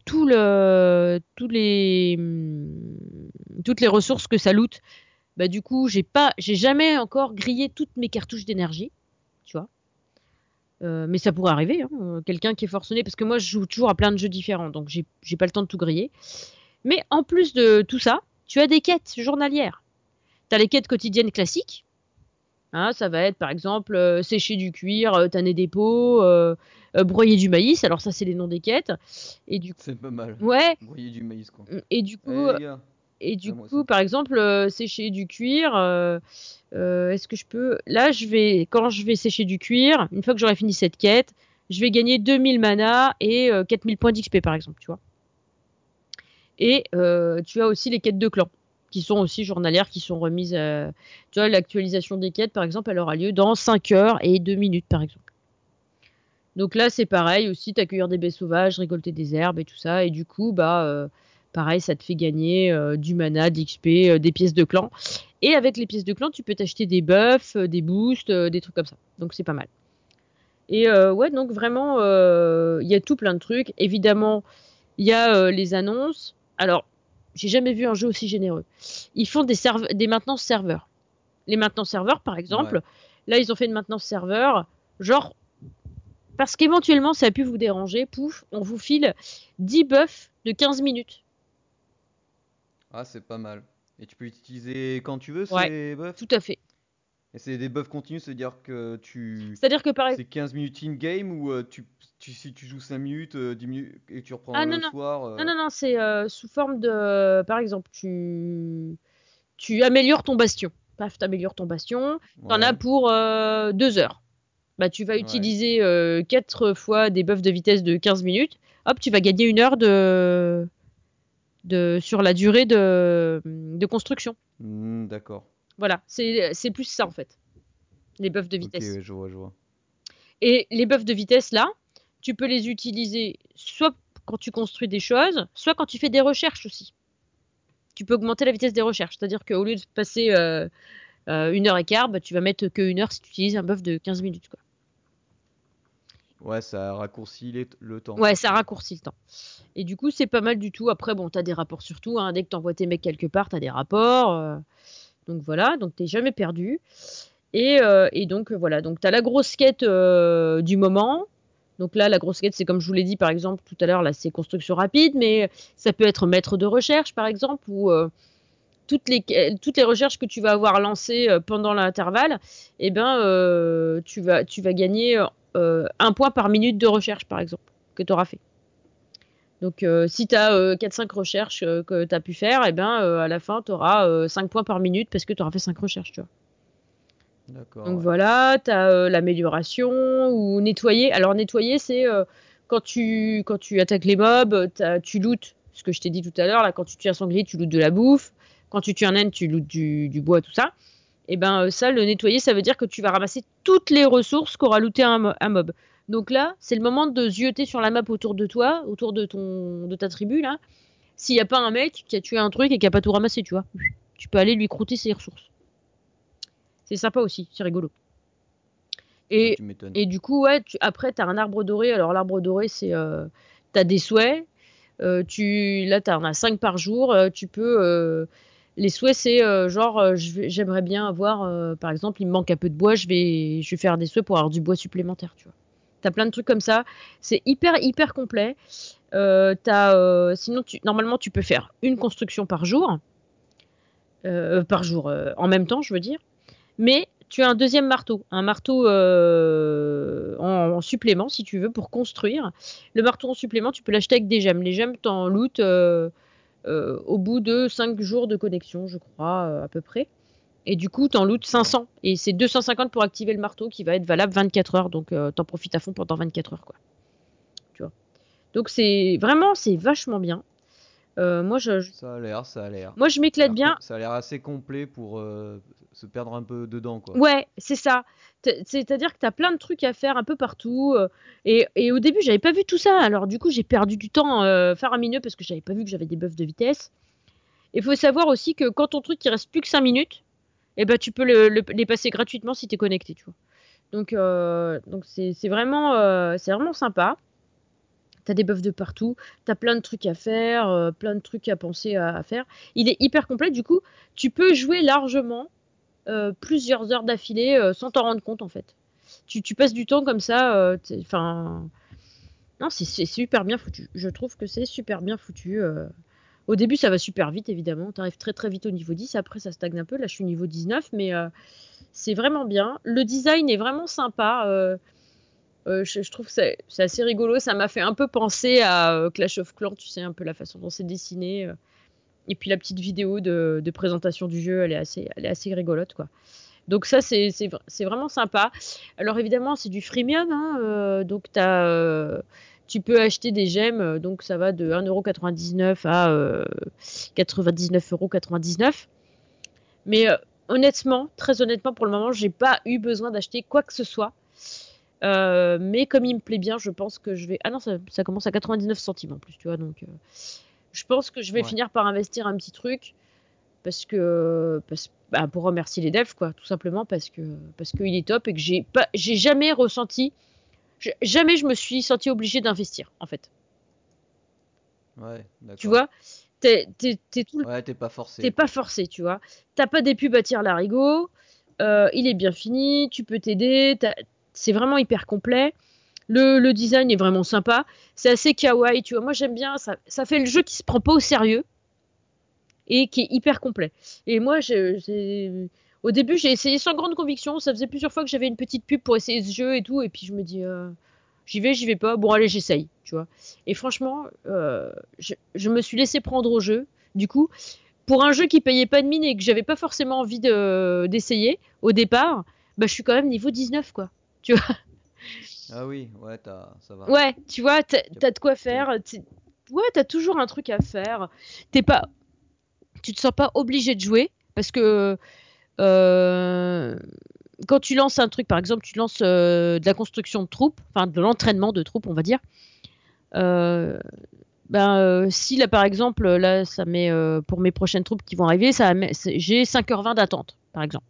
Speaker 1: toutes les ressources que ça loot, bah du coup, j'ai jamais encore grillé toutes mes cartouches d'énergie, tu vois. Mais ça pourrait arriver, hein, quelqu'un qui est forcené, parce que moi je joue toujours à plein de jeux différents, donc j'ai pas le temps de tout griller. Mais en plus de tout ça, tu as des quêtes journalières. Tu as les quêtes quotidiennes classiques. Hein, ça va être par exemple sécher du cuir, tanner des pots, broyer du maïs. Alors ça, c'est les noms des quêtes. Et du coup,
Speaker 2: C'est pas mal.
Speaker 1: ouais.
Speaker 2: Broyer du maïs, quoi.
Speaker 1: Et du coup,
Speaker 2: Allez, les gars,
Speaker 1: et du
Speaker 2: à moi
Speaker 1: coup,
Speaker 2: ça.
Speaker 1: par exemple, sécher du cuir. Est-ce que je peux... Là, quand je vais sécher du cuir, une fois que j'aurai fini cette quête, je vais gagner 2000 mana et 4000 points d'XP, par exemple, tu vois. Et tu as aussi les quêtes de clan, qui sont aussi journalières, qui sont remises. Tu vois, l'actualisation des quêtes, par exemple, elle aura lieu dans 5 heures et 2 minutes, par exemple. Donc là, c'est pareil aussi, t'accueillir des baies sauvages, récolter des herbes et tout ça. Et du coup, pareil, ça te fait gagner du mana, d'XP, des pièces de clan. Et avec les pièces de clan, tu peux t'acheter des buffs, des boosts, des trucs comme ça. Donc c'est pas mal. Et ouais, donc vraiment, il y a tout plein de trucs. Évidemment, il y a les annonces. Alors, j'ai jamais vu un jeu aussi généreux. Ils font des maintenances serveurs. Les maintenances serveurs, par exemple,
Speaker 2: Ouais.
Speaker 1: là, ils ont fait une maintenance serveur, genre, parce qu'éventuellement, ça a pu vous déranger, pouf, on vous file 10 buffs de 15 minutes.
Speaker 2: Ah, c'est pas mal. Et tu peux utiliser quand tu veux
Speaker 1: Ouais,
Speaker 2: ces buffs?
Speaker 1: tout à fait.
Speaker 2: Et c'est des buffs continus, c'est-à-dire que
Speaker 1: C'est-à-dire que par exemple...
Speaker 2: c'est 15 minutes in-game ou si tu joues 5 minutes, 10 minutes et tu
Speaker 1: Ah
Speaker 2: reprends
Speaker 1: non,
Speaker 2: le
Speaker 1: non.
Speaker 2: soir.
Speaker 1: Non, non, non, c'est sous forme de... Par exemple, tu améliores ton bastion. Paf, t'améliores ton bastion. T'en as
Speaker 2: Ouais,
Speaker 1: pour 2 heures. Bah, tu vas
Speaker 2: ouais.
Speaker 1: utiliser 4 fois des buffs de vitesse de 15 minutes. Hop, tu vas gagner 1 heure sur la durée de construction.
Speaker 2: D'accord.
Speaker 1: Voilà, c'est plus ça en fait, les buffs de
Speaker 2: Ok,
Speaker 1: vitesse.
Speaker 2: ouais, je vois, je vois.
Speaker 1: Et les buffs de vitesse là, tu peux les utiliser soit quand tu construis des choses, soit quand tu fais des recherches aussi. Tu peux augmenter la vitesse des recherches. C'est-à-dire qu'au lieu de passer 1 heure et quart, bah, tu vas mettre que 1 heure si tu utilises un buff de 15 minutes. Quoi.
Speaker 2: Ouais, ça raccourcit le temps,
Speaker 1: Ouais,
Speaker 2: quoi,
Speaker 1: ça
Speaker 2: finalement.
Speaker 1: raccourcit le temps. Et du coup, c'est pas mal du tout. Après, bon, t'as des rapports surtout. Hein. Dès que t'envoies tes mecs quelque part, t'as des rapports. Donc voilà, donc t'es jamais perdu. Et donc voilà, donc t'as la grosse quête du moment. Donc là, la grosse quête, c'est comme je vous l'ai dit par exemple tout à l'heure, là, c'est construction rapide, mais ça peut être maître de recherche par exemple, ou toutes les recherches que tu vas avoir lancées pendant l'intervalle, eh ben, tu vas gagner 1 point par minute de recherche par exemple, que tu auras fait. Donc si tu as 4-5 recherches que tu as pu faire, eh ben, à la fin, tu auras 5 points par minute parce que tu auras fait 5 recherches, tu vois.
Speaker 2: D'accord,
Speaker 1: Donc
Speaker 2: ouais.
Speaker 1: voilà, tu as l'amélioration ou nettoyer. Alors nettoyer, c'est quand tu attaques les mobs, tu lootes, ce que je t'ai dit tout à l'heure, là, quand tu tues un sanglier, tu lootes de la bouffe. Quand tu tues un naine, tu lootes du bois, tout ça. Et ben ça, le nettoyer, ça veut dire que tu vas ramasser toutes les ressources qu'aura looté un mob. Donc là, c'est le moment de zioter sur la map autour de toi, autour de ta tribu, là. S'il n'y a pas un mec qui a tué un truc et qui a pas tout ramassé, tu vois. Tu peux aller lui croûter ses ressources. C'est sympa aussi, c'est rigolo.
Speaker 2: Ouais,
Speaker 1: Et,
Speaker 2: tu m'étonnes.
Speaker 1: et du coup, ouais, après, tu as un arbre doré. Alors, l'arbre doré, c'est. Tu as des souhaits. Là, tu en as 5 par jour. Tu peux. Les souhaits, c'est genre, j'aimerais bien avoir. Par exemple, il me manque un peu de bois. Je vais faire des souhaits pour avoir du bois supplémentaire, tu vois. Tu as plein de trucs comme ça. C'est hyper, hyper complet. Sinon, normalement, tu peux faire une construction par jour. En même temps, je veux dire. Mais tu as un deuxième marteau, un marteau en supplément si tu veux pour construire. Le marteau en supplément, tu peux l'acheter avec des gemmes. Les gemmes, t'en loot au bout de 5 jours de connexion, je crois, à peu près. Et du coup, t'en loot
Speaker 2: D'accord.
Speaker 1: 500. Et c'est 250 pour activer le marteau qui va être valable 24 heures. Donc, t'en profites à fond pendant 24 heures, quoi. Tu vois. Donc, c'est vachement bien. Moi,
Speaker 2: Ça a l'air, ça a l'air.
Speaker 1: moi, je
Speaker 2: Ça a
Speaker 1: m'éclate
Speaker 2: l'air
Speaker 1: bien.
Speaker 2: ça a l'air assez complet pour se perdre un peu dedans, quoi.
Speaker 1: Ouais, c'est ça. C'est-à-dire que tu as plein de trucs à faire un peu partout. Et au début, j'avais pas vu tout ça. Alors, du coup, j'ai perdu du temps faramineux parce que j'avais pas vu que j'avais des buffs de vitesse. Il faut savoir aussi que quand ton truc il reste plus que 5 minutes, eh ben, tu peux les passer gratuitement si tu es connecté, tu vois. Donc c'est vraiment sympa. T'as des buffs de partout, t'as plein de trucs à faire, plein de trucs à penser à faire. Il est hyper complet, du coup, tu peux jouer largement plusieurs heures d'affilée sans t'en rendre compte en fait. Tu passes du temps comme ça, enfin, non, c'est super bien foutu. Je trouve que c'est super bien foutu. Au début, ça va super vite, évidemment. Tu arrives très très vite au niveau 10. Après, ça stagne un peu. Là, je suis niveau 19, mais c'est vraiment bien. Le design est vraiment sympa. Je trouve que c'est assez rigolo. Ça m'a fait un peu penser à Clash of Clans, tu sais, un peu la façon dont c'est dessiné. Et puis la petite vidéo de présentation du jeu, elle est assez rigolote, quoi. Donc ça, c'est vraiment sympa. Alors évidemment, c'est du freemium, hein, donc tu peux acheter des gemmes, donc ça va de 1,99 € à 99,99 €. Mais honnêtement, très honnêtement, pour le moment, j'ai pas eu besoin d'acheter quoi que ce soit. Mais comme il me plaît bien, je pense que je vais... Ah non, ça commence à 99 centimes en plus, tu vois, donc je pense que je vais
Speaker 2: Ouais.
Speaker 1: finir par investir un petit truc bah, pour remercier les devs, quoi, tout simplement parce qu'il est top et que j'ai jamais ressenti, jamais je me suis senti obligée d'investir, en fait.
Speaker 2: Ouais,
Speaker 1: Tu
Speaker 2: d'accord.
Speaker 1: vois, t'es tout,
Speaker 2: Ouais, t'es pas
Speaker 1: t'es
Speaker 2: forcé,
Speaker 1: pas
Speaker 2: quoi.
Speaker 1: forcé, tu vois. T'as pas des pubs à tire larigot, il est bien fini, tu peux t'aider, c'est vraiment hyper complet. Le design est vraiment sympa, c'est assez kawaii, tu vois. Moi j'aime bien, ça fait le jeu qui se prend pas au sérieux et qui est hyper complet. Et moi, au début, j'ai essayé sans grande conviction. Ça faisait plusieurs fois que j'avais une petite pub pour essayer ce jeu et tout. Et puis je me dis, j'y vais pas. Bon, allez, j'essaye, tu vois. Et franchement, je me suis laissé prendre au jeu. Du coup, pour un jeu qui payait pas de mine et que j'avais pas forcément envie d'essayer au départ, bah, je suis quand même niveau 19, quoi. Tu vois.
Speaker 2: Ah oui, ouais, ça va.
Speaker 1: Ouais, tu vois,
Speaker 2: Y a-
Speaker 1: t'as de quoi
Speaker 2: t'es-
Speaker 1: faire. Ouais, t'as toujours un truc à faire. T'es pas, tu te sens pas obligé de jouer parce que Euh, quand tu lances un truc, par exemple, tu lances de la construction de troupes, enfin de l'entraînement de troupes, on va dire. Euh, si là, par exemple, là, ça met pour mes prochaines troupes qui vont arriver, j'ai 5h20 d'attente, par exemple.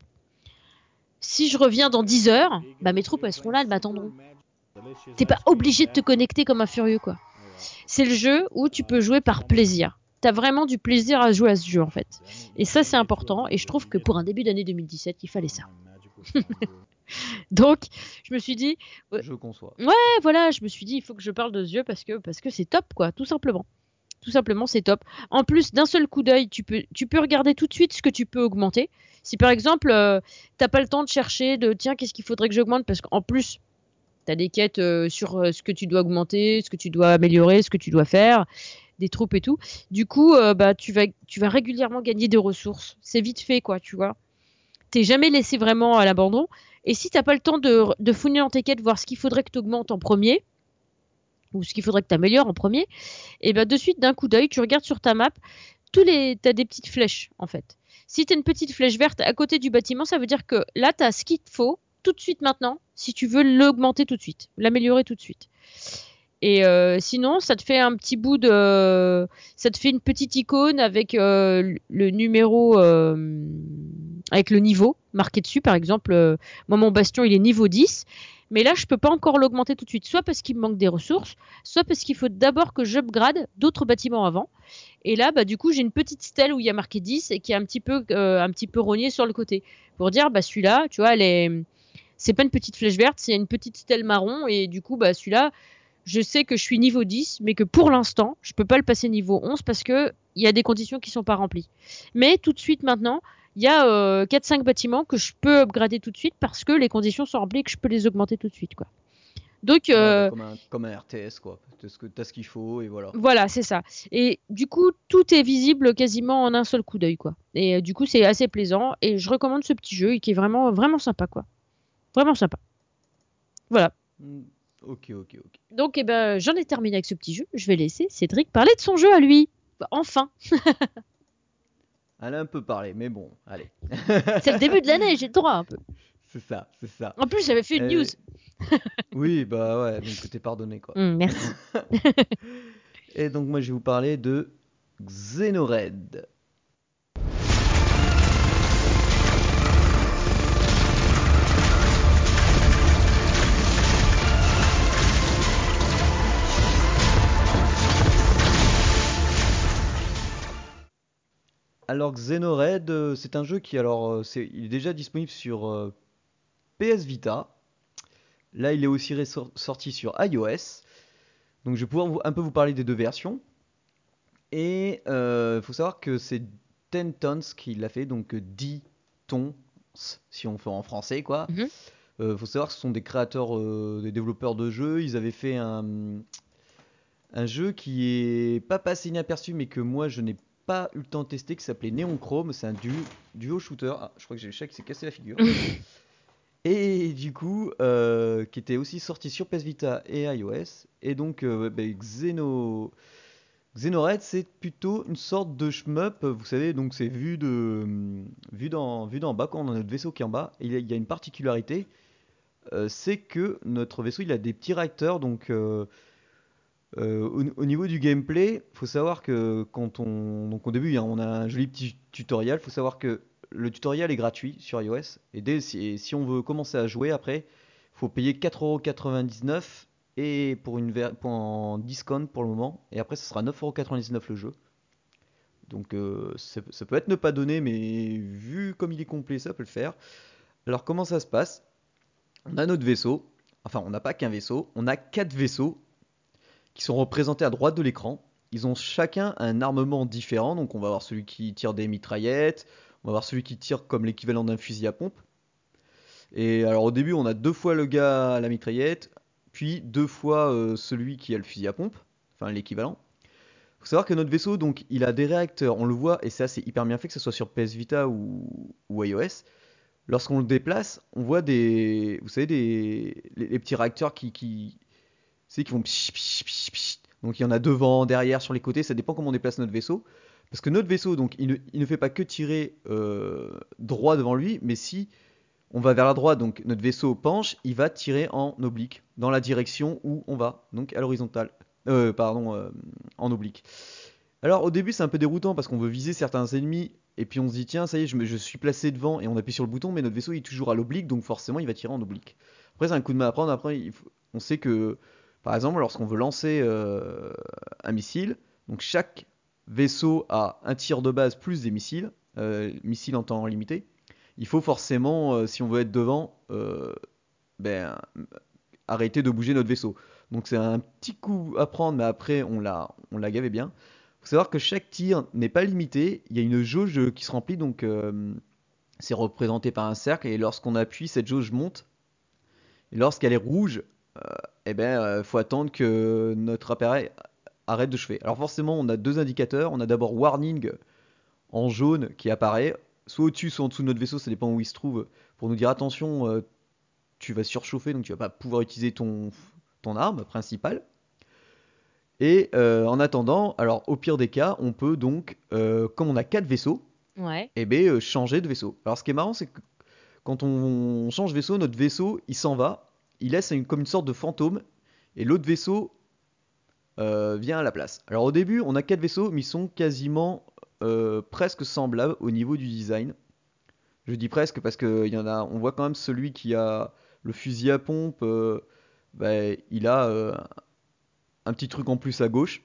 Speaker 1: Si je reviens dans 10 heures, bah, mes troupes, elles seront là, elles m'attendront. T'es pas obligé de te connecter comme un furieux, quoi. C'est le jeu où tu peux jouer par plaisir. T'as vraiment du plaisir à jouer à ce jeu, en fait. Et ça, c'est important. Et je trouve que pour un début d'année 2017, il fallait ça. Donc, je me suis dit, ouais,
Speaker 2: Je conçois.
Speaker 1: ouais, voilà, je me suis dit, il faut que je parle de ce jeu parce que c'est top, quoi, tout simplement. Tout simplement, c'est top. En plus, d'un seul coup d'œil, tu peux regarder tout de suite ce que tu peux augmenter. Si par exemple, t'as pas le temps de chercher tiens, qu'est-ce qu'il faudrait que j'augmente parce qu'en plus, t'as des quêtes sur ce que tu dois augmenter, ce que tu dois améliorer, ce que tu dois faire, des troupes et tout. Du coup, bah, tu vas régulièrement gagner des ressources. C'est vite fait, quoi, tu vois. T'es jamais laissé vraiment à l'abandon. Et si t'as pas le temps de fouiner dans tes quêtes, voir ce qu'il faudrait que tu augmentes en premier, ou ce qu'il faudrait que tu améliores en premier, et ben de suite, d'un coup d'œil, tu regardes sur ta map, t'as des petites flèches, en fait. Si t'as une petite flèche verte à côté du bâtiment, ça veut dire que là, t'as ce qu'il te faut tout de suite maintenant, si tu veux l'augmenter tout de suite, l'améliorer tout de suite. Et sinon, ça te fait un petit bout de, ça te fait une petite icône avec le numéro, avec le niveau marqué dessus. Par exemple, moi mon bastion il est niveau 10, mais là je peux pas encore l'augmenter tout de suite, soit parce qu'il me manque des ressources, soit parce qu'il faut d'abord que j'upgrade d'autres bâtiments avant. Et là, bah du coup, j'ai une petite stèle où il y a marqué 10 et qui est un petit peu rognée sur le côté pour dire, bah celui-là, tu vois, c'est pas une petite flèche verte, c'est une petite stèle marron et du coup, bah celui-là je sais que je suis niveau 10, mais que pour l'instant, je peux pas le passer niveau 11 parce que il y a des conditions qui sont pas remplies. Mais tout de suite maintenant, il y a 4-5 bâtiments que je peux upgrader tout de suite parce que les conditions sont remplies et que je peux les augmenter tout de suite, quoi. Donc
Speaker 2: Ouais, bah comme un RTS, quoi. T'as ce qu'il faut et voilà.
Speaker 1: voilà, c'est ça. Et du coup, tout est visible quasiment en un seul coup d'œil, quoi. Et du coup, c'est assez plaisant et je recommande ce petit jeu qui est vraiment vraiment sympa, quoi. Vraiment sympa. Voilà.
Speaker 2: Hmm, ok, ok, ok.
Speaker 1: Donc, eh ben, j'en ai terminé avec ce petit jeu. Je vais laisser Cédric parler de son jeu à lui. Enfin.
Speaker 2: Elle a un peu parlé, mais bon, allez.
Speaker 1: C'est le début de l'année, j'ai le droit un peu.
Speaker 2: C'est ça, c'est ça.
Speaker 1: En plus, j'avais fait une news.
Speaker 2: Euh, oui, bah ouais, donc t'es pardonné, quoi.
Speaker 1: Merci.
Speaker 2: Et donc moi je vais vous parler de Xenored. Alors Xenored, c'est un jeu qui il est déjà disponible sur PS Vita. Là, il est aussi sorti sur iOS. Donc je vais pouvoir un peu vous parler des deux versions. Et faut savoir que c'est 10 tons qui l'a fait, donc 10 tons, si on fait en français, quoi.
Speaker 1: Mhm.
Speaker 2: Faut savoir que ce sont des créateurs, des développeurs de jeux. Ils avaient fait un jeu qui est pas passé inaperçu, mais que moi je n'ai pas eu le temps de tester, qui s'appelait Neon Chrome. C'est un duo shooter. Ah, je crois que j'ai le chat qui s'est cassé la figure. Et du coup, qui était aussi sorti sur PS Vita et iOS. Et donc, Xenored, c'est plutôt une sorte de shmup. Vous savez, donc c'est vu d'en bas, quand on a notre vaisseau qui est en bas. Et il y a une particularité, c'est que notre vaisseau, il a des petits réacteurs. Donc, au niveau du gameplay, faut savoir que donc au début, hein, on a un joli petit tutoriel. Faut savoir que le tutoriel est gratuit sur iOS. Et si on veut commencer à jouer après, faut payer 4,99 € et pour en discount pour le moment. Et après, ce sera 9,99 € le jeu. Donc ça peut être ne pas donner, mais vu comme il est complet, ça peut le faire. Alors comment ça se passe? On a notre vaisseau. Enfin, on n'a pas qu'un vaisseau, on a 4 vaisseaux qui sont représentés à droite de l'écran. Ils ont chacun un armement différent. Donc on va avoir celui qui tire des mitraillettes, on va avoir celui qui tire comme l'équivalent d'un fusil à pompe. Et alors au début, on a 2 fois le gars à la mitraillette, puis 2 fois celui qui a le fusil à pompe, enfin l'équivalent. Faut savoir que notre vaisseau, donc, il a des réacteurs, on le voit, et ça c'est hyper bien fait, que ce soit sur PS Vita ou iOS. Lorsqu'on le déplace, on voit vous savez, les petits réacteurs qui vont psh, psh, psh, psh. Donc il y en a devant, derrière, sur les côtés, ça dépend comment on déplace notre vaisseau. Parce que notre vaisseau, donc, il ne fait pas que tirer droit devant lui, mais si on va vers la droite, donc notre vaisseau penche, il va tirer en oblique, dans la direction où on va, donc à l'horizontale. Pardon, en oblique. Alors au début c'est un peu déroutant parce qu'on veut viser certains ennemis et puis on se dit tiens ça y est je suis placé devant et on appuie sur le bouton mais notre vaisseau il est toujours à l'oblique donc forcément il va tirer en oblique. Après c'est un coup de main à prendre, après on sait que par exemple lorsqu'on veut lancer un missile, donc chaque vaisseau a un tir de base plus des missiles en temps limité. Il faut forcément, si on veut être devant, ben, arrêter de bouger notre vaisseau. Donc c'est un petit coup à prendre, mais après on l'a gavé bien. Faut savoir que chaque tir n'est pas limité. Il y a une jauge qui se remplit, donc c'est représenté par un cercle. Et lorsqu'on appuie, cette jauge monte. Et lorsqu'elle est rouge, faut attendre que notre appareil arrête de chauffer. Alors forcément, on a 2 indicateurs. On a d'abord warning en jaune qui apparaît, soit au-dessus, soit en dessous de notre vaisseau, ça dépend où il se trouve, pour nous dire attention, tu vas surchauffer, donc tu vas pas pouvoir utiliser ton arme principale. Et en attendant, alors au pire des cas, on peut donc, comme on a 4 vaisseaux,
Speaker 1: Ouais.
Speaker 2: changer de vaisseau. Alors ce qui est marrant, c'est que quand on change de vaisseau, notre vaisseau, il s'en va, il laisse comme une sorte de fantôme, et l'autre vaisseau vient à la place. Alors au début, on a 4 vaisseaux, mais ils sont quasiment presque semblables au niveau du design. Je dis presque parce que on voit quand même celui qui a le fusil à pompe, il a un petit truc en plus à gauche.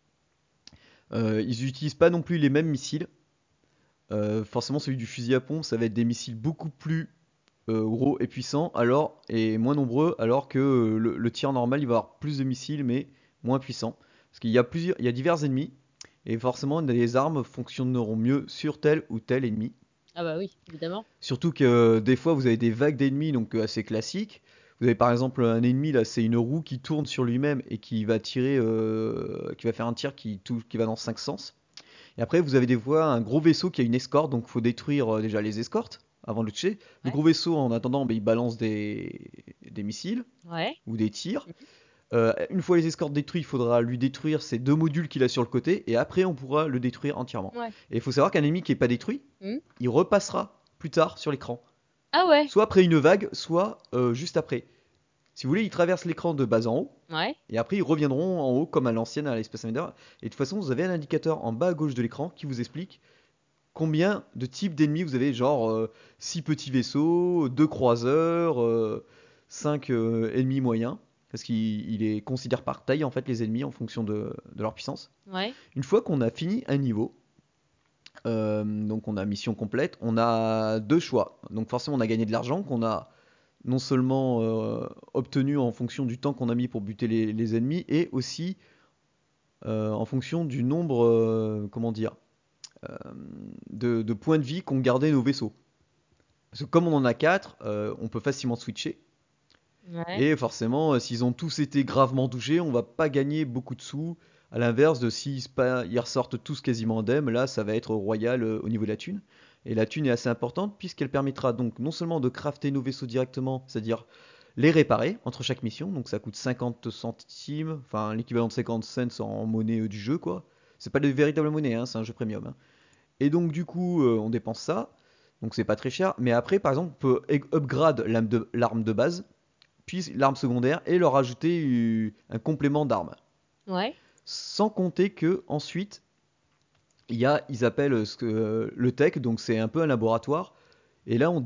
Speaker 2: Ils n'utilisent pas non plus les mêmes missiles. Forcément, celui du fusil à pompe, ça va être des missiles beaucoup plus gros et puissants, et moins nombreux, alors que le tir normal, il va avoir plus de missiles, mais moins puissants. Parce il y a divers ennemis, et forcément, les armes fonctionneront mieux sur tel ou tel ennemi.
Speaker 1: Ah bah oui, évidemment.
Speaker 2: Surtout que des fois, vous avez des vagues d'ennemis, donc assez classiques. Vous avez par exemple un ennemi, là, c'est une roue qui tourne sur lui-même et qui va tirer, qui va faire un tir qui va dans 5 sens. Et après, vous avez des fois un gros vaisseau qui a une escorte, donc il faut détruire déjà les escortes avant de le tuer. Le
Speaker 1: Ouais.
Speaker 2: gros vaisseau, en attendant, il balance des missiles
Speaker 1: Ouais.
Speaker 2: ou des tirs.
Speaker 1: Mhm.
Speaker 2: Une fois les escortes détruites, il faudra lui détruire ces 2 modules qu'il a sur le côté, et après, on pourra le détruire entièrement.
Speaker 1: Ouais.
Speaker 2: Et il faut savoir qu'un ennemi qui n'est pas détruit,
Speaker 1: Mhm.
Speaker 2: il repassera plus tard sur l'écran.
Speaker 1: Ah ouais.
Speaker 2: Soit après une vague, soit juste après. Si vous voulez, ils traversent l'écran de bas en haut,
Speaker 1: Ouais.
Speaker 2: et après ils reviendront en haut comme à l'ancienne à l'Espace Invader. Et de toute façon, vous avez un indicateur en bas à gauche de l'écran qui vous explique combien de types d'ennemis vous avez, genre 6 petits vaisseaux, 2 croiseurs, 5 ennemis moyens. Parce qu'il est considère par taille en fait les ennemis en fonction de leur puissance.
Speaker 1: Ouais.
Speaker 2: Une fois qu'on a fini un niveau, donc on a mission complète, on a 2 choix. Donc forcément on a gagné de l'argent qu'on a non seulement obtenu en fonction du temps qu'on a mis pour buter les ennemis, et aussi en fonction du nombre, comment dire, euh, de points de vie qu'ont gardé nos vaisseaux. Parce que comme on en a 4, on peut facilement switcher.
Speaker 1: Ouais.
Speaker 2: Et forcément, s'ils ont tous été gravement touchés, on va pas gagner beaucoup de sous. À l'inverse de s'ils ils ressortent tous quasiment indemnes, là ça va être royal au niveau de la thune. Et la thune est assez importante puisqu'elle permettra donc non seulement de crafter nos vaisseaux directement, c'est-à-dire les réparer entre chaque mission, donc ça coûte 50 centimes, enfin l'équivalent de 50 cents en monnaie du jeu quoi. C'est pas de véritable monnaie, hein, c'est un jeu premium, hein. Et donc du coup on dépense ça, donc c'est pas très cher. Mais après par exemple on peut upgrade l'arme de base puis l'arme secondaire et leur ajouter un complément d'arme.
Speaker 1: Ouais.
Speaker 2: Sans compter que ensuite il y a, ils appellent le tech, donc c'est un peu un laboratoire. Et là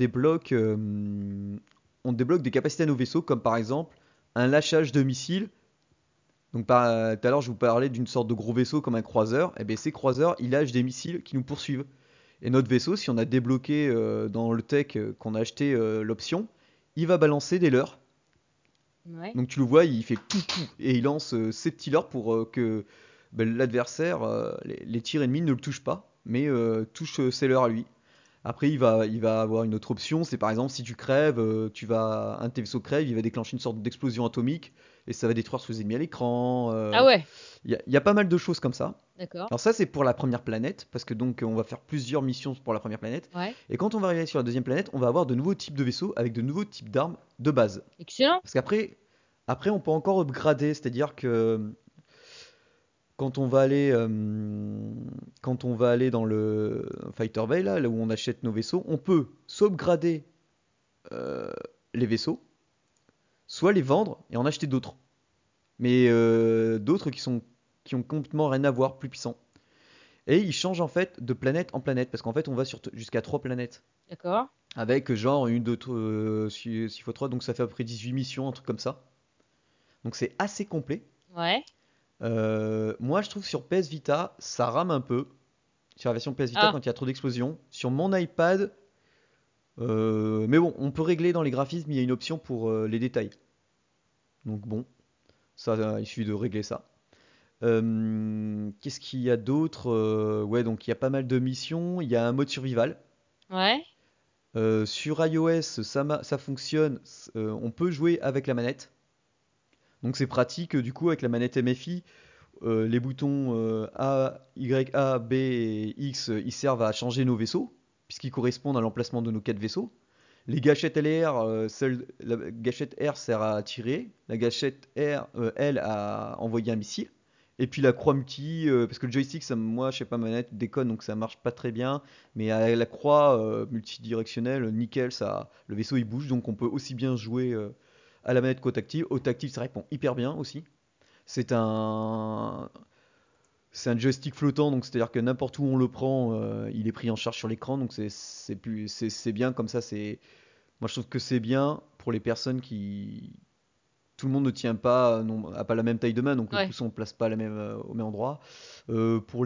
Speaker 2: on débloque des capacités à nos vaisseaux, comme par exemple un lâchage de missiles. Donc tout à l'heure je vous parlais d'une sorte de gros vaisseau comme un croiseur. Et bien ces croiseurs, ils lâchent des missiles qui nous poursuivent. Et notre vaisseau, si on a débloqué dans le tech qu'on a acheté l'option, il va balancer des leurres.
Speaker 1: Ouais.
Speaker 2: Donc tu le vois, il fait tout tout et il lance ses petits leurres pour que l'adversaire, les tirs ennemis ne le touchent pas, mais touche ses leurres à lui. Après, il va avoir une autre option, c'est par exemple si tu crèves, un de tes vaisseaux crève, il va déclencher une sorte d'explosion atomique et ça va détruire tous les ennemis à l'écran.
Speaker 1: Ah ouais,
Speaker 2: Il y a pas mal de choses comme ça.
Speaker 1: d'accord.
Speaker 2: Alors ça c'est pour la première planète, parce que donc on va faire plusieurs missions pour la première planète.
Speaker 1: Ouais.
Speaker 2: Et quand on va arriver sur la deuxième planète, on va avoir de nouveaux types de vaisseaux avec de nouveaux types d'armes de base.
Speaker 1: Excellent.
Speaker 2: Parce qu'après, on peut encore upgrader, c'est-à-dire que quand on va aller, euh, quand on va aller dans le Fighter Bay, là où on achète nos vaisseaux, on peut soit upgrader euh, les vaisseaux, soit les vendre et en acheter d'autres. Mais d'autres qui ont complètement rien à voir, plus puissants. Et ils changent en fait de planète en planète, parce qu'en fait on va jusqu'à 3 planètes.
Speaker 1: D'accord.
Speaker 2: Avec genre une, deux, 6 x 3, donc ça fait à peu près 18 missions, un truc comme ça. Donc c'est assez complet.
Speaker 1: Ouais.
Speaker 2: Moi, je trouve sur PS Vita, ça rame un peu. Sur la version PS Vita,
Speaker 1: Ah,
Speaker 2: quand il y a trop d'explosions. Sur mon iPad, mais bon, on peut régler dans les graphismes, il y a une option pour les détails. Donc bon, ça, il suffit de régler ça. Qu'est-ce qu'il y a d'autre? Ouais, donc il y a pas mal de missions. Il y a un mode survival.
Speaker 1: ouais.
Speaker 2: Sur iOS, ça fonctionne. On peut jouer avec la manette. Donc c'est pratique. Du coup, avec la manette MFI, les boutons A, Y, A, B et X, ils servent à changer nos vaisseaux, puisqu'ils correspondent à l'emplacement de nos 4 vaisseaux. Les gâchettes LR, la gâchette R sert à tirer, la gâchette L à envoyer un missile. Et puis la croix multi, parce que le joystick, ça, moi je sais pas, ma manette déconne donc ça marche pas très bien. Mais à la croix multidirectionnelle, nickel, ça, le vaisseau il bouge donc on peut aussi bien jouer à la manette qu'au tactile. Au tactile, ça répond hyper bien aussi. C'est un, c'est un joystick flottant, donc c'est-à-dire que n'importe où on le prend, il est pris en charge sur l'écran, donc c'est bien comme ça. Moi je trouve que c'est bien pour les personnes qui, tout le monde ne tient pas, non, a pas la même taille de main, donc le
Speaker 1: Ouais.
Speaker 2: pouce on ne place pas au même endroit. Pour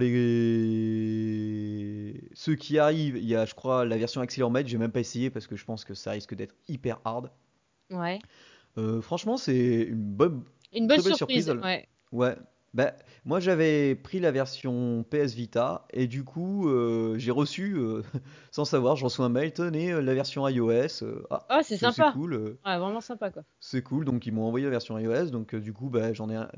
Speaker 2: les ceux qui arrivent, il y a je crois la version accéléromètre, j'ai même pas essayé parce que je pense que ça risque d'être hyper hard.
Speaker 1: Ouais.
Speaker 2: Franchement, c'est une bonne,
Speaker 1: Une bonne
Speaker 2: très belle surprise.
Speaker 1: surprise. Ouais.
Speaker 2: Ouais. Bah, moi, j'avais pris la version PS Vita et du coup, j'ai reçu, sans savoir, je reçois un mail, tenez, la version iOS.
Speaker 1: Ah, c'est
Speaker 2: C'est
Speaker 1: sympa.
Speaker 2: cool,
Speaker 1: Ouais, vraiment sympa, quoi.
Speaker 2: c'est cool. Donc, ils m'ont envoyé la version iOS. Donc, du coup, bah,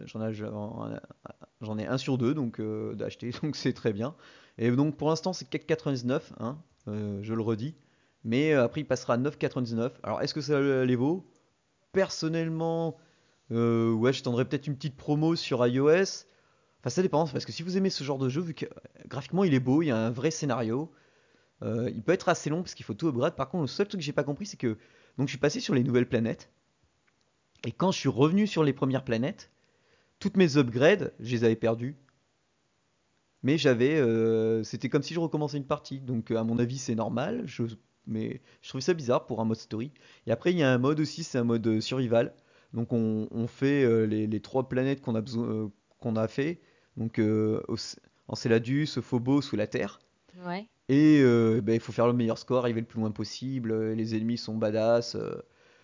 Speaker 2: j'en ai un sur deux donc d'acheter. Donc, c'est très bien. Et donc, pour l'instant, c'est 4,99, hein, je le redis. Mais après, il passera à 9,99. Alors, est-ce que ça les vaut? Personnellement, ouais, je tendrais peut-être une petite promo sur iOS. Enfin, ça dépend, parce que si vous aimez ce genre de jeu, vu que graphiquement il est beau, il y a un vrai scénario, il peut être assez long parce qu'il faut tout upgrade. Par contre, le seul truc que j'ai pas compris, c'est que donc je suis passé sur les nouvelles planètes, et quand je suis revenu sur les premières planètes, toutes mes upgrades, je les avais perdues. Mais c'était comme si je recommençais une partie. Donc, à mon avis, c'est normal. Mais je trouve ça bizarre pour un mode story. Et après, il y a un mode aussi, c'est un mode survival. Donc, on fait les 3 planètes qu'on a fait. Donc, Enceladus, Phobos ou la Terre.
Speaker 1: Ouais.
Speaker 2: Et ben, il faut faire le meilleur score, arriver le plus loin possible. Les ennemis sont badass.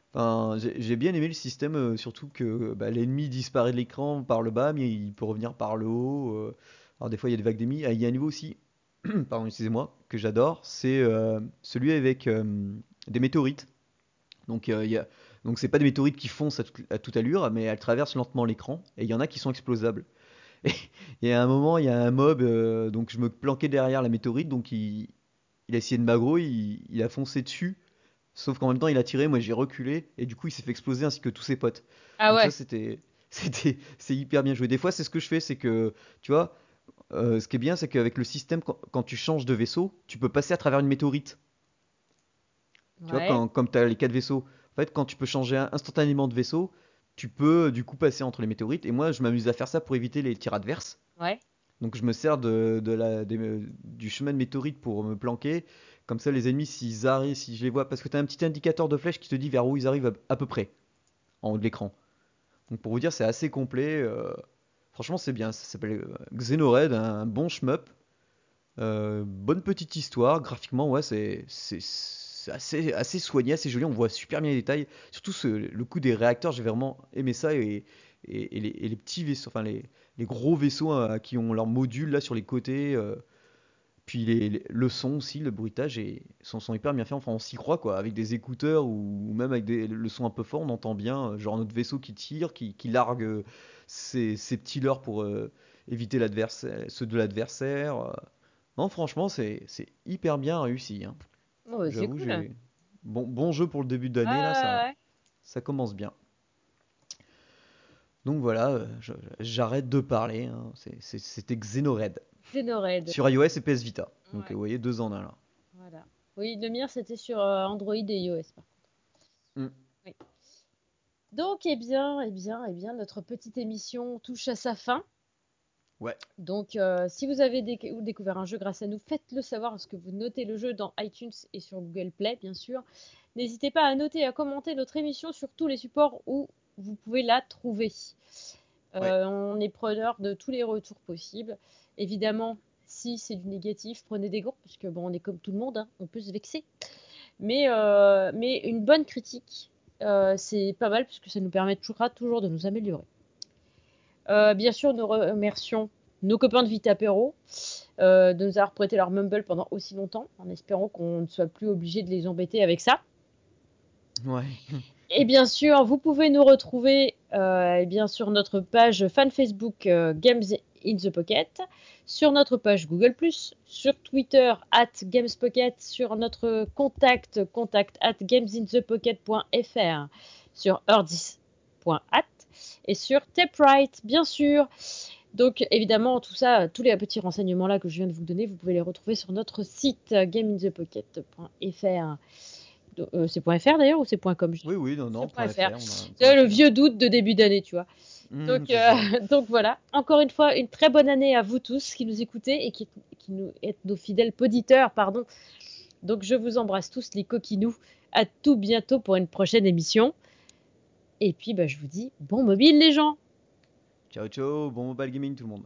Speaker 2: Enfin, j'ai bien aimé le système, surtout que bah, l'ennemi disparaît de l'écran par le bas, mais il peut revenir par le haut. Alors des fois il y a des vagues d'ennemis. Ah, il y a un niveau aussi, pardon, excusez-moi, que j'adore, c'est celui avec des météorites. Donc donc c'est pas des météorites qui foncent à toute allure, mais elles traversent lentement l'écran, et il y en a qui sont explosables. Et à un moment, il y a un mob, donc je me planquais derrière la météorite, donc il a essayé de m'aggro, il a foncé dessus. Sauf qu'en même temps, il a tiré, moi j'ai reculé, et du coup, il s'est fait exploser ainsi que tous ses potes.
Speaker 1: Ah
Speaker 2: Donc ça,
Speaker 1: ouais,
Speaker 2: c'est hyper bien joué. Des fois, c'est ce que je fais, c'est que, tu vois, ce qui est bien, c'est qu'avec le système, quand tu changes de vaisseau, tu peux passer à travers une météorite. Tu vois,
Speaker 1: ouais,
Speaker 2: comme tu as les quatre vaisseaux. En fait, quand tu peux changer instantanément de vaisseau, tu peux du coup passer entre les météorites. Et moi, je m'amuse à faire ça pour éviter les tirs adverses.
Speaker 1: ouais.
Speaker 2: Donc je me sers du chemin de météorite pour me planquer. Comme ça, les ennemis, s'ils arrivent, si je les vois, parce que tu as un petit indicateur de flèche qui te dit vers où ils arrivent à peu près, en haut de l'écran. Donc pour vous dire, c'est assez complet. Franchement, c'est bien. Ça s'appelle Xenored, un bon shmup. Bonne petite histoire. Graphiquement, ouais, c'est assez soigné, assez joli. On voit super bien les détails. Surtout le coup des réacteurs, j'ai vraiment aimé ça. Et les petits vaisseaux, enfin les gros vaisseaux qui ont leurs modules là sur les côtés. Puis le son aussi, le bruitage, sont hyper bien faits. Enfin, on s'y croit quoi. Avec des écouteurs ou même avec le son un peu fort, on entend bien genre notre vaisseau qui tire, qui largue ses petits leurres pour éviter ceux de l'adversaire. Non, franchement, c'est hyper bien réussi, hein.
Speaker 1: Oh, bah, c'est
Speaker 2: J'avoue,
Speaker 1: cool. Ouais,
Speaker 2: j'ai bon jeu pour le début d'année là,
Speaker 1: ouais,
Speaker 2: ça
Speaker 1: ouais.
Speaker 2: ça commence bien. Donc voilà, j'arrête de parler, hein. C'était Xenored
Speaker 1: Xenored.
Speaker 2: sur iOS et PS Vita. Donc
Speaker 1: Ouais,
Speaker 2: vous voyez, 2 en un là.
Speaker 1: voilà. Oui, le mien, c'était sur Android et iOS, par contre.
Speaker 2: Hmm.
Speaker 1: Oui. Donc, eh bien, notre petite émission touche à sa fin.
Speaker 2: Ouais.
Speaker 1: Donc, si vous avez découvert un jeu grâce à nous, faites-le savoir parce que vous notez le jeu dans iTunes et sur Google Play, bien sûr. N'hésitez pas à noter et à commenter notre émission sur tous les supports où vous pouvez la trouver.
Speaker 2: Ouais.
Speaker 1: On est preneur de tous les retours possibles. Évidemment, si c'est du négatif, prenez des gants, parce que bon, on est comme tout le monde, hein, on peut se vexer. Mais une bonne critique, c'est pas mal, parce que ça nous permettra toujours de nous améliorer. Bien sûr, nous remercions nos copains de Vitapéro de nous avoir prêté leur Mumble pendant aussi longtemps, en espérant qu'on ne soit plus obligé de les embêter avec ça.
Speaker 2: Ouais.
Speaker 1: Et bien sûr, vous pouvez nous retrouver sur notre page fan Facebook Games in the Pocket, sur notre page Google+, sur Twitter @GamesPocket, sur notre contact @gamesinthepocket.fr, sur eardis.at et sur Taprite, bien sûr. Donc évidemment, tout ça, tous les petits renseignements là que je viens de vous donner, vous pouvez les retrouver sur notre site gameinthepocket.fr. C'est .fr d'ailleurs ou c'est .com?
Speaker 2: Oui, oui, non,
Speaker 1: C'est
Speaker 2: non,
Speaker 1: .fr.
Speaker 2: .fr, on a un
Speaker 1: C'est le
Speaker 2: .fr.
Speaker 1: vieux doute de début d'année, tu vois. Donc,
Speaker 2: C'est ça.
Speaker 1: donc voilà. Encore une fois, une très bonne année à vous tous qui nous écoutez et qui nous êtes nos fidèles auditeurs, pardon. Donc je vous embrasse tous les coquinous. À tout bientôt pour une prochaine émission. Et puis bah, je vous dis bon mobile les gens.
Speaker 2: Ciao, ciao, bon mobile gaming tout le monde.